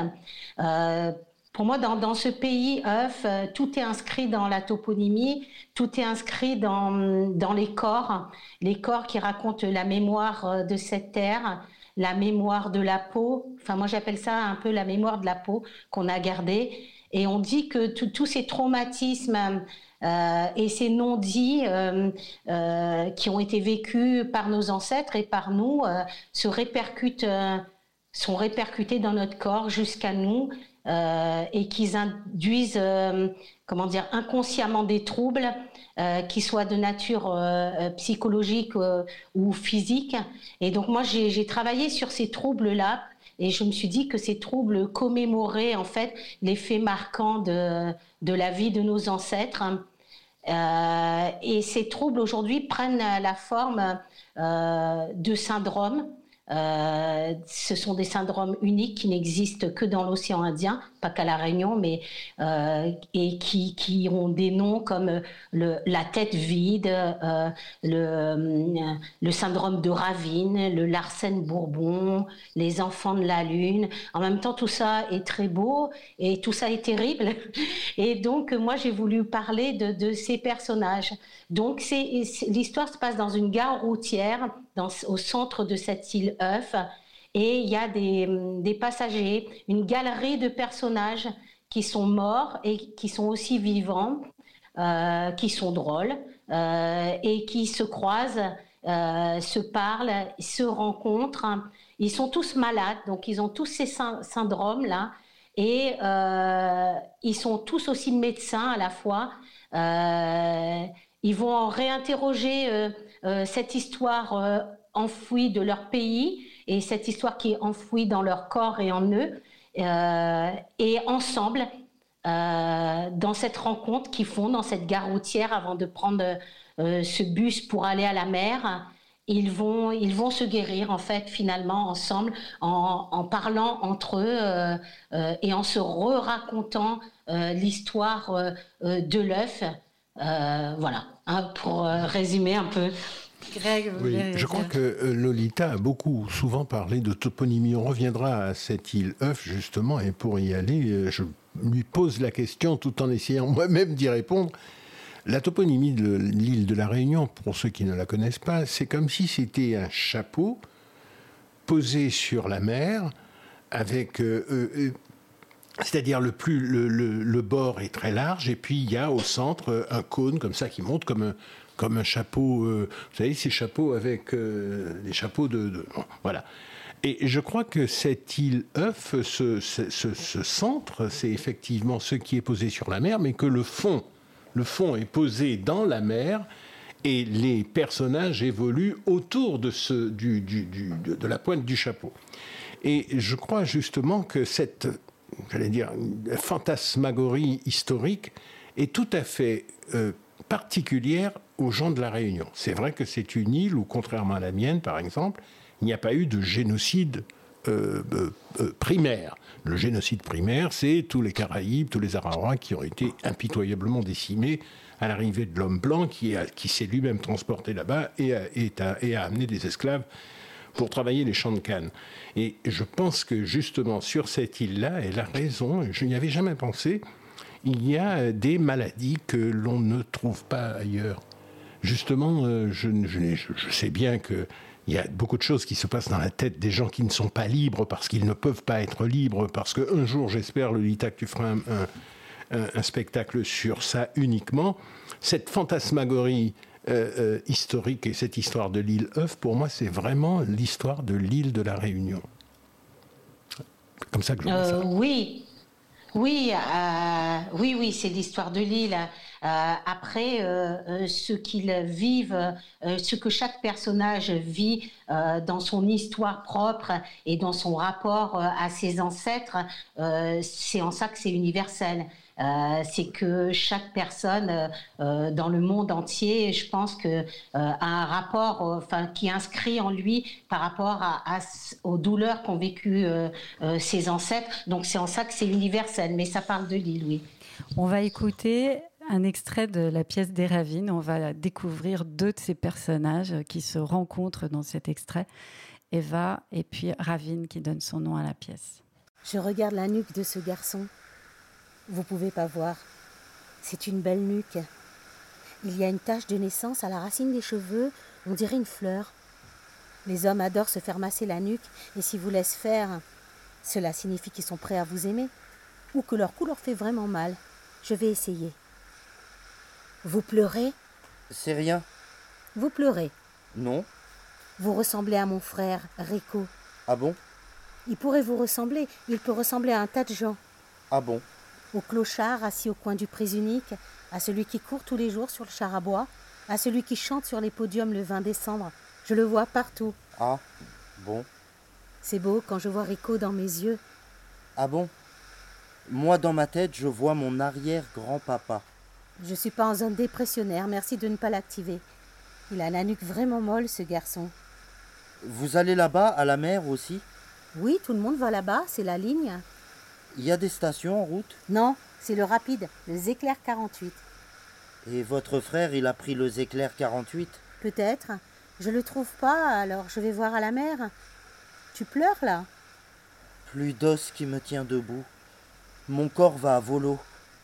Euh, Pour moi, dans, dans ce pays œuf, euh, tout est inscrit dans la toponymie, tout est inscrit dans, dans les corps, les corps qui racontent la mémoire de cette terre, la mémoire de la peau. Enfin, moi, j'appelle ça un peu la mémoire de la peau qu'on a gardée. Et on dit que tous ces traumatismes euh, et ces non-dits euh, euh, qui ont été vécus par nos ancêtres et par nous euh, se répercutent, euh, sont répercutés dans notre corps jusqu'à nous. Euh, et qu'ils induisent, euh, comment dire, inconsciemment des troubles, euh, qui soient de nature euh, psychologique euh, ou physique. Et donc moi, j'ai, j'ai travaillé sur ces troubles-là, et je me suis dit que ces troubles commémoraient en fait les faits marquants de, de la vie de nos ancêtres. Euh, et ces troubles aujourd'hui prennent la forme euh, de syndromes. Euh, ce sont des syndromes uniques qui n'existent que dans l'océan Indien, pas qu'à La Réunion, mais euh, et qui, qui ont des noms comme le, la tête vide, euh, le, le syndrome de Ravine, le Larsen Bourbon, les enfants de la Lune. En même temps, tout ça est très beau et tout ça est terrible. Et donc, moi, j'ai voulu parler de, de ces personnages. Donc, c'est, c'est, l'histoire se passe dans une gare routière, dans, au centre de cette île œuf, et il y a des, des passagers, une galerie de personnages qui sont morts et qui sont aussi vivants, euh, qui sont drôles euh, et qui se croisent, euh, se parlent, se rencontrent. Ils sont tous malades, donc ils ont tous ces syndromes-là, et euh, ils sont tous aussi médecins à la fois. Euh, ils vont en réinterroger euh, euh, cette histoire euh, enfouie de leur pays et cette histoire qui est enfouie dans leur corps et en eux, euh, et ensemble, euh, dans cette rencontre qu'ils font dans cette gare routière avant de prendre euh, ce bus pour aller à la mer, ils vont, ils vont se guérir en fait finalement ensemble en, en parlant entre eux euh, euh, et en se re-racontant euh, l'histoire euh, euh, de l'œuf. Euh, voilà, hein, pour euh, résumer un peu. Greg, vous oui, voulez je dire. crois que euh, Lolita a beaucoup souvent parlé de toponymie. On reviendra à cette île œuf justement, et pour y aller, euh, je lui pose la question tout en essayant moi-même d'y répondre. La toponymie de l'île de la Réunion, pour ceux qui ne la connaissent pas, c'est comme si c'était un chapeau posé sur la mer, avec, euh, euh, c'est-à-dire le, plus, le, le, le bord est très large, et puis il y a au centre un cône comme ça qui monte comme un, comme un chapeau, euh, vous savez, ces chapeaux avec euh, des chapeaux de, de bon, voilà. Et je crois que cette île œuf, ce, ce, ce, ce centre, c'est effectivement ce qui est posé sur la mer, mais que le fond, le fond est posé dans la mer, et les personnages évoluent autour de, ce, du, du, du, de, de la pointe du chapeau. Et je crois justement que cette, j'allais dire, fantasmagorie historique est tout à fait euh, particulière aux gens de la Réunion. C'est vrai que c'est une île où, contrairement à la mienne, par exemple, il n'y a pas eu de génocide euh, euh, euh, primaire. Le génocide primaire, c'est tous les Caraïbes, tous les Araras qui ont été impitoyablement décimés à l'arrivée de l'homme blanc qui, a, qui s'est lui-même transporté là-bas et a, et, a, et a amené des esclaves pour travailler les champs de canne. Et je pense que justement sur cette île-là, elle a raison, je n'y avais jamais pensé, il y a des maladies que l'on ne trouve pas ailleurs. Justement, je, je, je sais bien qu'il y a beaucoup de choses qui se passent dans la tête des gens qui ne sont pas libres parce qu'ils ne peuvent pas être libres, parce qu'un jour, j'espère, Lolita, que tu feras un, un, un spectacle sur ça uniquement. Cette fantasmagorie euh, euh, historique et cette histoire de l'île œuf, pour moi, c'est vraiment l'histoire de l'île de la Réunion. Comme ça que je vois euh, ça. Oui, oui, euh, oui, oui, c'est l'histoire de l'île. Euh, après, euh, euh, ce qu'ils vivent, euh, ce que chaque personnage vit euh, dans son histoire propre et dans son rapport euh, à ses ancêtres, euh, c'est en ça que c'est universel. Euh, c'est que chaque personne euh, dans le monde entier, je pense que euh, a un rapport, euh, enfin, qui est inscrit en lui par rapport à, à, aux douleurs qu'ont vécues euh, euh, ses ancêtres. Donc c'est en ça que c'est universel. Mais ça parle de l'île, oui. On va écouter un extrait de la pièce des Ravines. On va découvrir deux de ces personnages qui se rencontrent dans cet extrait. Eva et puis Ravine qui donne son nom à la pièce. Je regarde la nuque de ce garçon. Vous pouvez pas voir. C'est une belle nuque. Il y a une tache de naissance à la racine des cheveux. On dirait une fleur. Les hommes adorent se faire masser la nuque et s'ils vous laissent faire, cela signifie qu'ils sont prêts à vous aimer ou que leur coup leur fait vraiment mal. Je vais essayer. Vous pleurez ? C'est rien. Vous pleurez ? Non. Vous ressemblez à mon frère, Rico. Ah bon ? Il pourrait vous ressembler. Il peut ressembler à un tas de gens. Ah bon ? Au clochard assis au coin du pré unique, à celui qui court tous les jours sur le char à bois, à celui qui chante sur les podiums le vingt décembre. Je le vois partout. Ah, bon. C'est beau quand je vois Rico dans mes yeux. Ah bon ? Moi, dans ma tête, je vois mon arrière-grand-papa. Je suis pas en zone dépressionnaire, merci de ne pas l'activer. Il a la nuque vraiment molle, ce garçon. Vous allez là-bas, à la mer aussi ? Oui, tout le monde va là-bas, c'est la ligne. Il y a des stations en route ? Non, c'est le rapide, le Zéclair quarante-huit. Et votre frère, il a pris le Zéclair quarante-huit ? Peut-être. Je le trouve pas, alors je vais voir à la mer. Tu pleures, là ? Plus d'os qui me tient debout. Mon corps va à volo.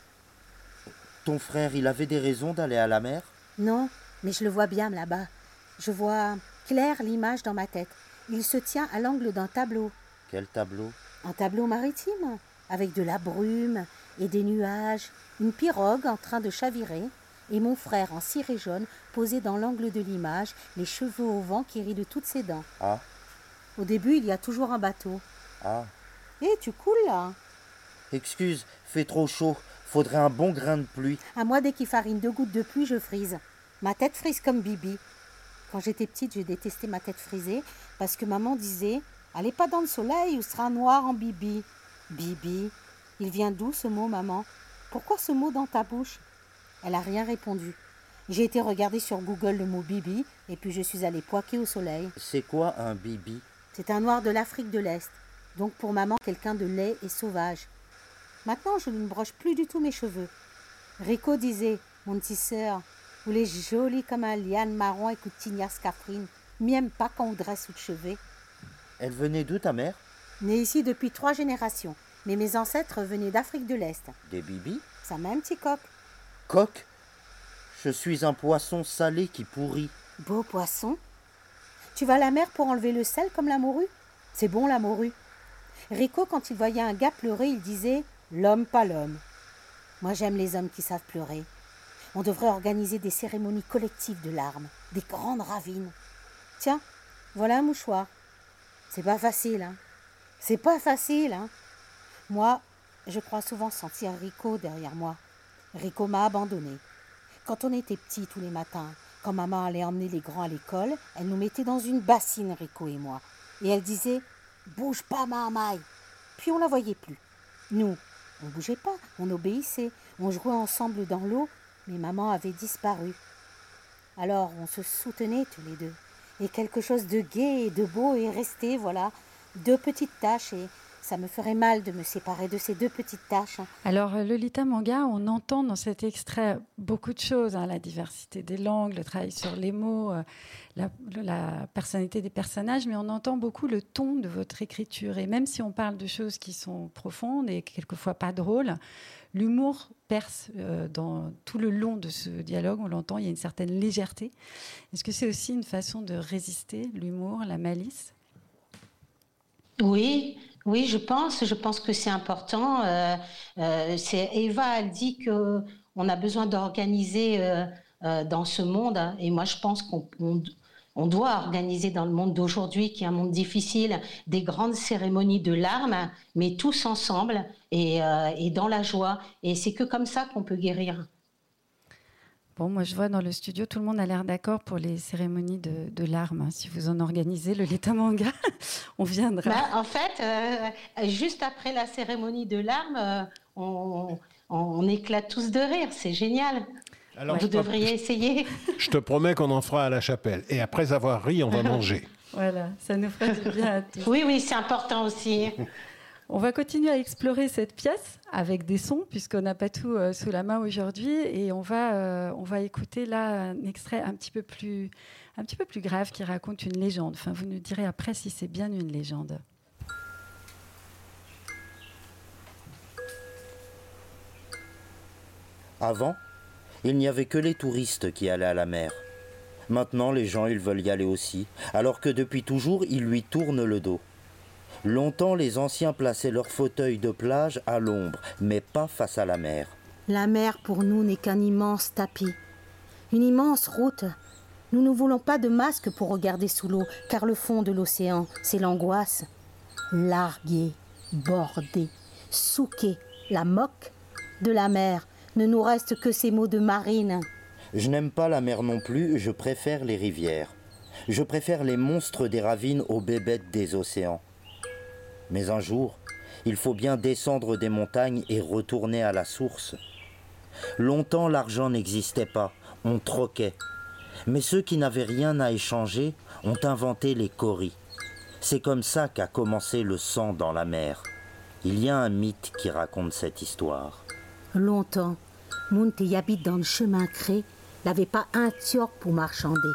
Ton frère, il avait des raisons d'aller à la mer ? Non, mais je le vois bien là-bas. Je vois clair l'image dans ma tête. Il se tient à l'angle d'un tableau. Quel tableau ? Un tableau maritime, avec de la brume et des nuages, une pirogue en train de chavirer, et mon frère en ciré jaune posé dans l'angle de l'image, les cheveux au vent qui rit de toutes ses dents. Ah. Au début, il y a toujours un bateau. Ah. Hé, tu coules là ? Excuse, fait trop chaud. Faudrait un bon grain de pluie. À moi, dès qu'il farine deux gouttes de pluie, je frise. Ma tête frise comme Bibi. Quand j'étais petite, je détestais ma tête frisée parce que maman disait « Allez pas dans le soleil ou sera noir en Bibi ». Bibi, il vient d'où ce mot, maman ? Pourquoi ce mot dans ta bouche ? Elle n'a rien répondu. J'ai été regarder sur Google le mot bibi et puis je suis allée poiquer au soleil. C'est quoi un bibi? C'est un noir de l'Afrique de l'Est, donc pour maman quelqu'un de laid et sauvage. Maintenant, je ne broche plus du tout mes cheveux. Rico disait, mon petit sœur, vous les jolie comme un liane marron et coutignasse Catherine, m'aime pas quand on dresse sous le chevet. Elle venait d'où ta mère? Née ici depuis trois générations, mais mes ancêtres venaient d'Afrique de l'Est. Des bibis? Ça m'a un petit coq. Coq? Je suis un poisson salé qui pourrit. Beau poisson. Tu vas à la mer pour enlever le sel comme la morue? C'est bon la morue. Rico, quand il voyait un gars pleurer, il disait « l'homme pas l'homme ». Moi j'aime les hommes qui savent pleurer. On devrait organiser des cérémonies collectives de larmes, des grandes ravines. Tiens, voilà un mouchoir. C'est pas facile, hein. C'est pas facile, hein. Moi, je crois souvent sentir Rico derrière moi. Rico m'a abandonnée. Quand on était petits tous les matins, quand maman allait emmener les grands à l'école, elle nous mettait dans une bassine, Rico et moi. Et elle disait « Bouge pas, mamaille !» Puis on la voyait plus. Nous, on bougeait pas, on obéissait, on jouait ensemble dans l'eau, mais maman avait disparu. Alors on se soutenait tous les deux. Et quelque chose de gai et de beau est resté, voilà, deux petites taches, et ça me ferait mal de me séparer de ces deux petites taches. Alors, Lolita Manga, on entend dans cet extrait beaucoup de choses, hein, la diversité des langues, le travail sur les mots, euh, la, la personnalité des personnages, mais on entend beaucoup le ton de votre écriture. Et même si on parle de choses qui sont profondes et quelquefois pas drôles, l'humour perce euh, dans tout le long de ce dialogue, on l'entend, il y a une certaine légèreté. Est-ce que c'est aussi une façon de résister, l'humour, la malice ? Oui, oui, je pense. Je pense que c'est important. Euh, euh, c'est Eva, elle dit que on a besoin d'organiser euh, euh, dans ce monde. Hein, et moi, je pense qu'on on, on doit organiser dans le monde d'aujourd'hui, qui est un monde difficile, des grandes cérémonies de larmes, mais tous ensemble et, euh, et dans la joie. Et c'est que comme ça qu'on peut guérir. Bon, moi, je vois dans le studio, tout le monde a l'air d'accord pour les cérémonies de, de larmes. Si vous en organisez, Lolita Manga, on viendra. Bah, en fait, euh, juste après la cérémonie de larmes, euh, on, on, on éclate tous de rire. C'est génial. Alors, vous devriez je, essayer. Je te promets qu'on en fera à la chapelle. Et après avoir ri, on va manger. Voilà, ça nous fera du bien à tous. Oui, oui, c'est important aussi. On va continuer à explorer cette pièce avec des sons, puisqu'on n'a pas tout euh, sous la main aujourd'hui. Et on va, euh, on va écouter là un extrait un petit peu plus, un petit peu plus grave qui raconte une légende. Enfin, vous nous direz après si c'est bien une légende. Avant, il n'y avait que les touristes qui allaient à la mer. Maintenant, les gens, ils veulent y aller aussi, alors que depuis toujours, ils lui tournent le dos. Longtemps, les anciens plaçaient leurs fauteuils de plage à l'ombre, mais pas face à la mer. La mer, pour nous, n'est qu'un immense tapis. Une immense route. Nous ne voulons pas de masque pour regarder sous l'eau, car le fond de l'océan, c'est l'angoisse. Larguer, border, souquer, la moque de la mer. Ne nous reste que ces mots de marine. Je n'aime pas la mer non plus, je préfère les rivières. Je préfère les monstres des ravines aux bébêtes des océans. Mais un jour, il faut bien descendre des montagnes et retourner à la source. Longtemps, l'argent n'existait pas, on troquait. Mais ceux qui n'avaient rien à échanger ont inventé les kauris. C'est comme ça qu'a commencé le sang dans la mer. Il y a un mythe qui raconte cette histoire. Longtemps, moun te habite dans le chemin cré, n'avait pas un tiorc pour marchander.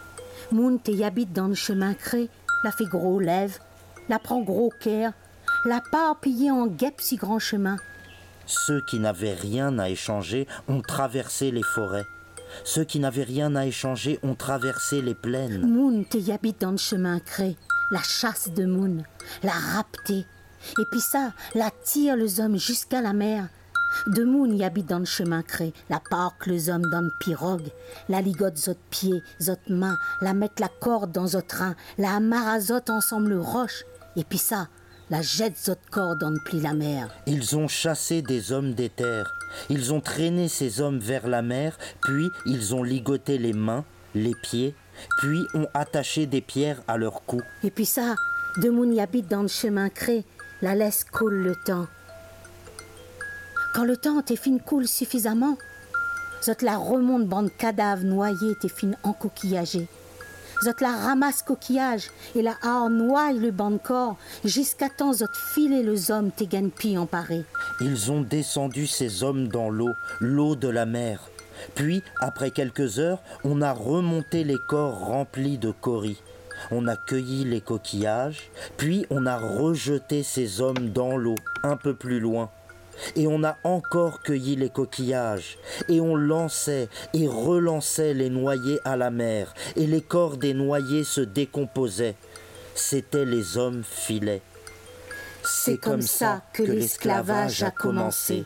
Moun te habite dans le chemin cré, la fait gros lèvres, la prend gros cœur, la pas pillé en guêpe si grand chemin. Ceux qui n'avaient rien à échanger ont traversé les forêts. Ceux qui n'avaient rien à échanger ont traversé les plaines. Moun te y habite dans le chemin cré, la chasse de Moun, la rapté. Et puis ça, la tire les hommes jusqu'à la mer. De Moun y habite dans le chemin cré, la parque les hommes dans le pirogue, la ligote zot pieds, zot mains, la mettre la corde dans zot rein, la amarre à zot ensemble le roche. Et puis ça, la jette zot corde dans le pli la mer. Ils ont chassé des hommes des terres. Ils ont traîné ces hommes vers la mer, puis ils ont ligoté les mains, les pieds, puis ont attaché des pierres à leur cou. Et puis ça, de Moun y habite dans le chemin cré, la laisse coule le temps. Quand le temps t'est fin coule suffisamment, Zot la remonte bande cadavre noyé tes fines encoquillagées. Zot la ramasse coquillage et la a noie le banc de corps jusqu'à temps zot filer les hommes tes ganpi emparés. Ils ont descendu ces hommes dans l'eau, l'eau de la mer. Puis, après quelques heures, on a remonté les corps remplis de coris. On a cueilli les coquillages, puis on a rejeté ces hommes dans l'eau, un peu plus loin. Et on a encore cueilli les coquillages, et on lançait et relançait les noyés à la mer, et les corps des noyés se décomposaient. C'étaient les hommes filets. C'est comme ça que l'esclavage a commencé.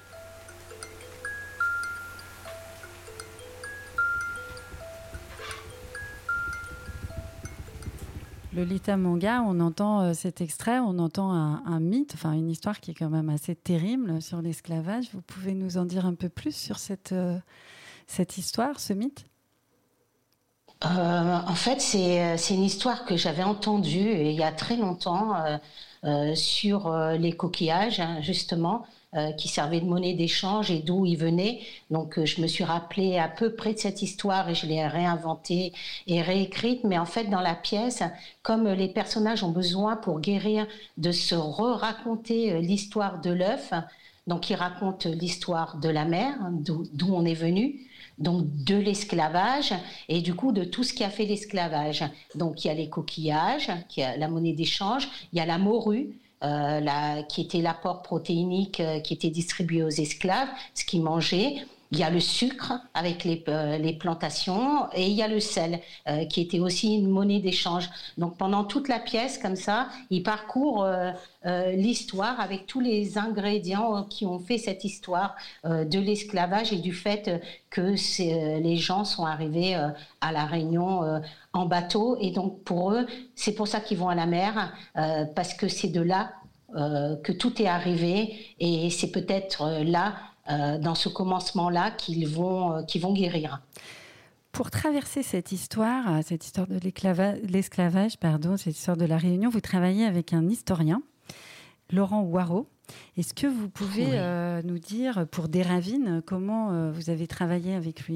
Lolita Monga, on entend euh, cet extrait, on entend un, un mythe, enfin une histoire qui est quand même assez terrible sur l'esclavage. Vous pouvez nous en dire un peu plus sur cette, euh, cette histoire, ce mythe ? euh, En fait, c'est, c'est une histoire que j'avais entendue il y a très longtemps euh, euh, sur euh, les coquillages, hein, justement, euh, qui servaient de monnaie d'échange et d'où ils venaient. Donc, euh, je me suis rappelé à peu près de cette histoire et je l'ai réinventée et réécrite. Mais en fait, dans la pièce, comme les personnages ont besoin pour guérir de se re-raconter l'histoire de l'œuf, donc ils racontent l'histoire de la mer, d'où, d'où on est venu, donc de l'esclavage et du coup de tout ce qui a fait l'esclavage. Donc il y a les coquillages, il y a la monnaie d'échange, il y a la morue, Euh, la, qui était l'apport protéinique euh, qui était distribué aux esclaves, ce qu'ils mangeaient. Il y a le sucre avec les, euh, les plantations et il y a le sel euh, qui était aussi une monnaie d'échange. Donc pendant toute la pièce, comme ça, il parcourt euh, euh, l'histoire avec tous les ingrédients qui ont fait cette histoire euh, de l'esclavage et du fait que c'est, euh, les gens sont arrivés euh, à La Réunion euh, en bateau. Et donc pour eux, c'est pour ça qu'ils vont à la mer, euh, parce que c'est de là euh, que tout est arrivé et c'est peut-être euh, là Euh, dans ce commencement-là qu'ils vont, euh, qu'ils vont guérir. Pour traverser cette histoire, cette histoire de l'esclavage, pardon, cette histoire de la Réunion, vous travaillez avec un historien, Laurent Waro. Est-ce que vous pouvez oui. euh, nous dire, pour Des Ravines, comment euh, vous avez travaillé avec lui ?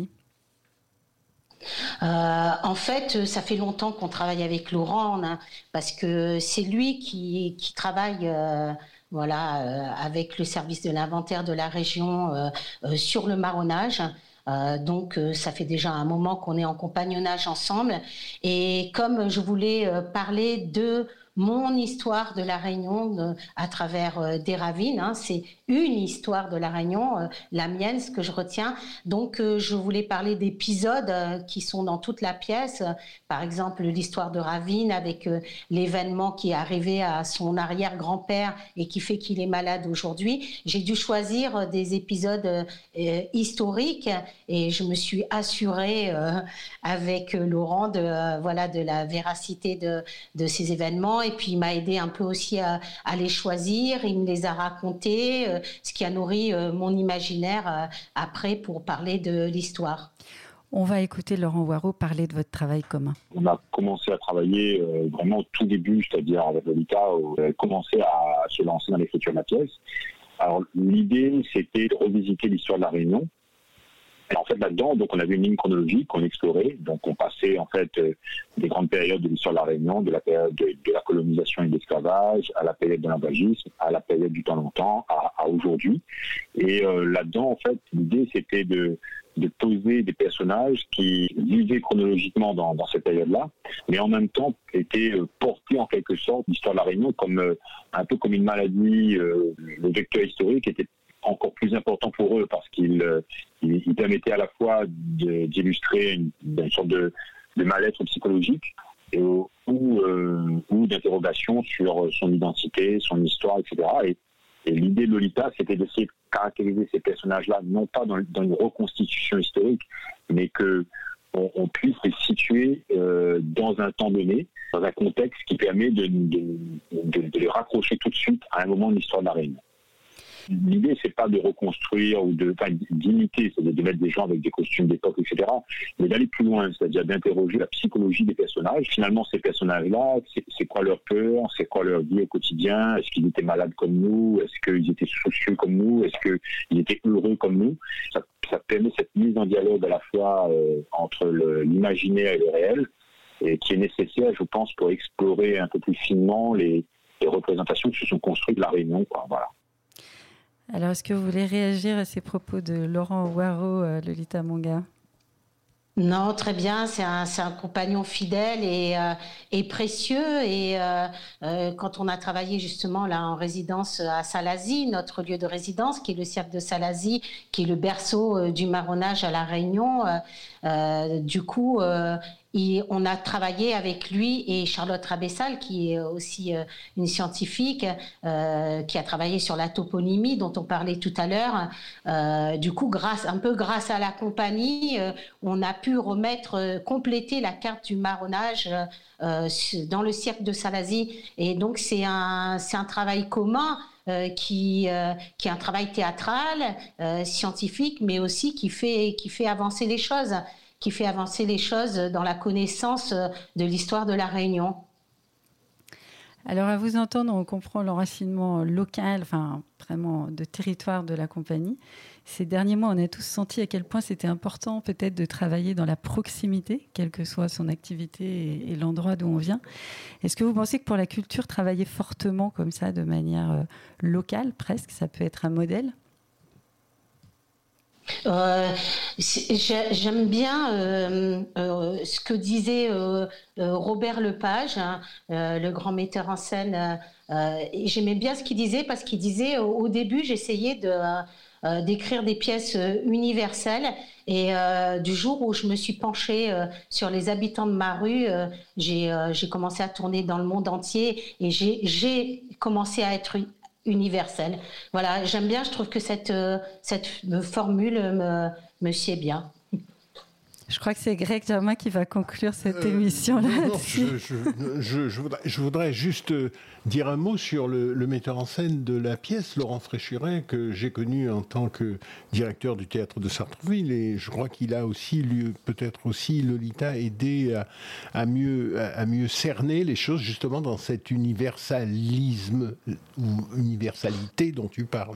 Euh, en fait, ça fait longtemps qu'on travaille avec Laurent, hein, parce que c'est lui qui, qui travaille... Euh, Voilà, euh, avec le service de l'inventaire de la région euh, euh, sur le marronnage. Euh, donc, euh, ça fait déjà un moment qu'on est en compagnonnage ensemble. Et comme je voulais euh, parler de mon histoire de la Réunion euh, à travers euh, Des Ravines, hein, c'est une histoire de la Réunion, euh, la mienne, ce que je retiens. Donc, euh, je voulais parler d'épisodes euh, qui sont dans toute la pièce. Euh, par exemple, l'histoire de Ravine avec euh, l'événement qui est arrivé à son arrière-grand-père et qui fait qu'il est malade aujourd'hui. J'ai dû choisir euh, des épisodes euh, euh, historiques et je me suis assurée euh, avec euh, Laurent de, euh, voilà, de la véracité de, de ces événements. Et puis, il m'a aidé un peu aussi à, à les choisir. Il me les a racontés, euh, ce qui a nourri euh, mon imaginaire euh, après pour parler de l'histoire. On va écouter Laurent Waro parler de votre travail commun. On a commencé à travailler euh, vraiment au tout début, c'est-à-dire avec Lolita, on a commencé à se lancer dans l'écriture de la pièce. Alors, l'idée, c'était de revisiter l'histoire de la Réunion. Et en fait, là-dedans, donc, on avait une ligne chronologique qu'on explorait. Donc, on passait, en fait, euh, des grandes périodes de l'histoire de la Réunion, de la période de, de la colonisation et de l'esclavage, à la période de l'imbagisme, à la période du temps longtemps, à, à aujourd'hui. Et euh, là-dedans, en fait, l'idée, c'était de, de poser des personnages qui vivaient chronologiquement dans, dans cette période-là, mais en même temps étaient euh, portés, en quelque sorte, l'histoire de la Réunion comme euh, un peu comme une maladie. Euh, le vecteur historique était encore plus important pour eux parce qu'il euh, il, il permettait à la fois de, d'illustrer une, une sorte de, de mal-être psychologique et, ou, euh, ou d'interrogation sur son identité, son histoire, et cetera. Et, et l'idée de Lolita, c'était d'essayer de caractériser ces personnages-là, non pas dans, dans une reconstitution historique, mais que on, on puisse les situer euh, dans un temps donné, dans un contexte qui permet de, de, de, de les raccrocher tout de suite à un moment de l'histoire de la Réunion. l'idée, c'est pas de reconstruire ou de, enfin, d'imiter, c'est-à-dire de mettre des gens avec des costumes d'époque, et cetera, mais d'aller plus loin, c'est-à-dire d'interroger la psychologie des personnages. Finalement, ces personnages-là, c'est, c'est quoi leur peur, c'est quoi leur vie au quotidien, est-ce qu'ils étaient malades comme nous, est-ce qu'ils étaient soucieux comme nous, est-ce qu'ils étaient heureux comme nous. Ça, ça permet cette mise en dialogue à la fois euh, entre le, l'imaginaire et le réel, et qui est nécessaire, je pense, pour explorer un peu plus finement les, les représentations qui se sont construites de la Réunion, quoi. Voilà. Alors, est-ce que vous voulez réagir à ces propos de Laurent Waro, euh, Lolita Monga ? Non, très bien. C'est un, c'est un compagnon fidèle et, euh, et précieux. Et euh, euh, quand on a travaillé justement là en résidence à Salazie, notre lieu de résidence, qui est le cirque de Salazie, qui est le berceau euh, du marronnage à La Réunion, euh, euh, du coup, euh, il, on a travaillé avec lui et Charlotte Rabessal, qui est aussi euh, une scientifique, euh, qui a travaillé sur la toponymie dont on parlait tout à l'heure. Euh, du coup, grâce, un peu grâce à la compagnie, euh, on a pu remettre, euh, compléter la carte du marronnage euh, dans le cirque de Salazie. Et donc, c'est un, c'est un travail commun. Euh, qui, euh, qui est un travail théâtral, euh, scientifique, mais aussi qui fait, qui fait avancer les choses, qui fait avancer les choses dans la connaissance de l'histoire de La Réunion. Alors, à vous entendre, on comprend l'enracinement local, enfin, vraiment de territoire de la compagnie. Ces derniers mois, on a tous senti à quel point c'était important peut-être de travailler dans la proximité, quelle que soit son activité et, et l'endroit d'où on vient. Est-ce que vous pensez que pour la culture, travailler fortement comme ça, de manière euh, locale presque, ça peut être un modèle ? Euh, j'aime bien euh, euh, ce que disait euh, euh, Robert Lepage, hein, euh, le grand metteur en scène. Euh, et j'aimais bien ce qu'il disait parce qu'il disait au, au début, j'essayais de, euh, d'écrire des pièces universelles. Et euh, du jour où je me suis penchée euh, sur les habitants de ma rue, euh, j'ai, euh, j'ai commencé à tourner dans le monde entier et j'ai, j'ai commencé à être universelle. Voilà, j'aime bien, je trouve que cette, euh, cette formule me, me sied bien. Je crois que c'est Greg Germain qui va conclure cette euh, émission-là. Non, non, je, je, je, je, voudrais, je voudrais juste dire un mot sur le, le metteur en scène de la pièce, Laurent Fréchiret, que j'ai connu en tant que directeur du théâtre de Sartreville, et je crois qu'il a aussi, lui, peut-être aussi, Lolita, aidé à, à, mieux, à, à mieux cerner les choses, justement, dans cet universalisme ou universalité dont tu parles.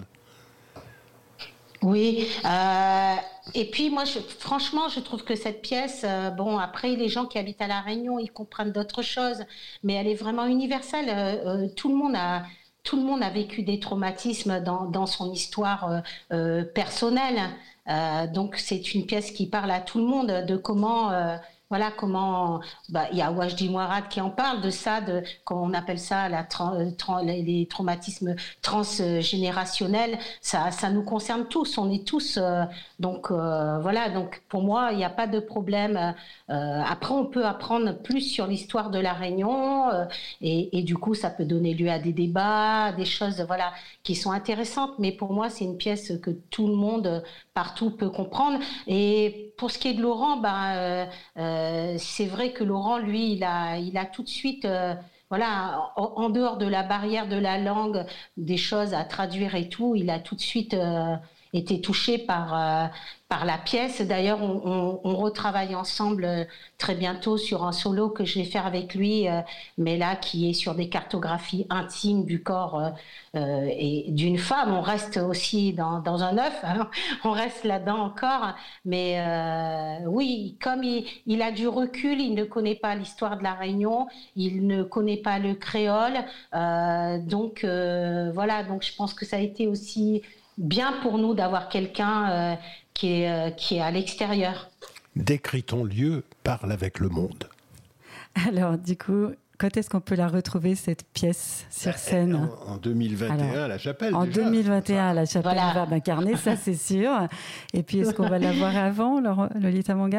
Oui, euh, et puis moi, je, franchement, je trouve que cette pièce, euh, bon, après, les gens qui habitent à La Réunion, ils comprennent d'autres choses, mais elle est vraiment universelle. Euh, euh, tout le monde a, tout le monde a vécu des traumatismes dans, dans son histoire euh, euh, personnelle. Euh, donc, c'est une pièce qui parle à tout le monde de comment... Euh, Voilà comment, bah, il y a Wajdi Mouarad qui en parle de ça, de, comment on appelle ça, la tra- tra- les traumatismes transgénérationnels. Ça, ça nous concerne tous, on est tous. Euh, donc euh, voilà, donc pour moi, il n'y a pas de problème. Euh, après, on peut apprendre plus sur l'histoire de La Réunion euh, et, et du coup, ça peut donner lieu à des débats, des choses, voilà, qui sont intéressantes. Mais pour moi, c'est une pièce que tout le monde, partout, peut comprendre. Et pour ce qui est de Laurent, ben, euh, euh, c'est vrai que Laurent, lui, il a, il a tout de suite, euh, voilà, en, en dehors de la barrière de la langue, des choses à traduire et tout, il a tout de suite euh, été touché par, euh, par la pièce. D'ailleurs, on, on, on retravaille ensemble très bientôt sur un solo que je vais faire avec lui, euh, mais là, qui est sur des cartographies intimes du corps euh, euh, et d'une femme. On reste aussi dans, dans un œuf, hein, on reste là-dedans encore. Mais euh, oui, comme il, il a du recul, il ne connaît pas l'histoire de La Réunion, il ne connaît pas le créole. Euh, donc euh, voilà, donc je pense que ça a été aussi bien pour nous d'avoir quelqu'un euh, qui est, euh, qui est à l'extérieur. Décris ton lieu, parle avec le monde. Alors, du coup, quand est-ce qu'on peut la retrouver, cette pièce sur scène ? En, en deux mille vingt et un, Alors, à la Chapelle. En déjà. deux mille vingt et un, à la Chapelle, Voilà. Verbe incarné, ça c'est sûr. Et puis, est-ce qu'on va la voir avant, Lolita Monga ?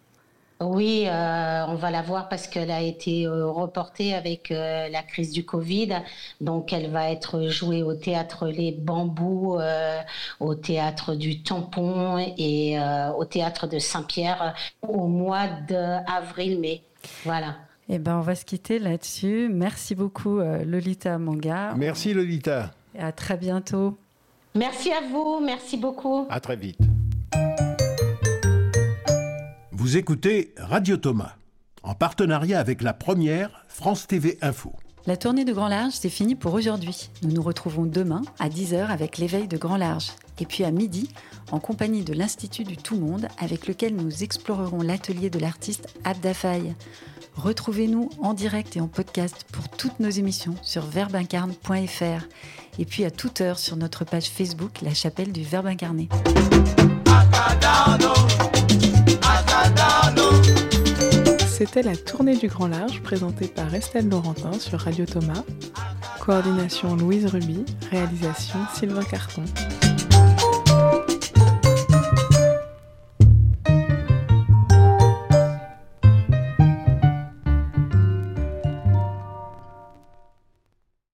Oui, euh, on va la voir parce qu'elle a été euh, reportée avec euh, la crise du Covid. Donc, elle va être jouée au théâtre Les Bambous, euh, au théâtre du Tampon et euh, au théâtre de Saint-Pierre au mois d'avril-mai. Voilà. Eh ben, on va se quitter là-dessus. Merci beaucoup, euh, Lolita Monga. Merci, Lolita. Et à très bientôt. Merci à vous, merci beaucoup. À très vite. Vous écoutez Radio Thomas, en partenariat avec la première France T V Info. La tournée de Grand Large, c'est fini pour aujourd'hui. Nous nous retrouvons demain à dix heures avec l'éveil de Grand Large. Et puis à midi, en compagnie de l'Institut du Tout-Monde, avec lequel nous explorerons l'atelier de l'artiste Abda Faye. Retrouvez-nous en direct et en podcast pour toutes nos émissions sur verbe incarne point f r. Et puis à toute heure sur notre page Facebook, La Chapelle du Verbe Incarné. C'était la tournée du Grand Large présentée par Estelle Laurentin sur Radio Thomas. Coordination Louise Ruby, réalisation Sylvain Carton.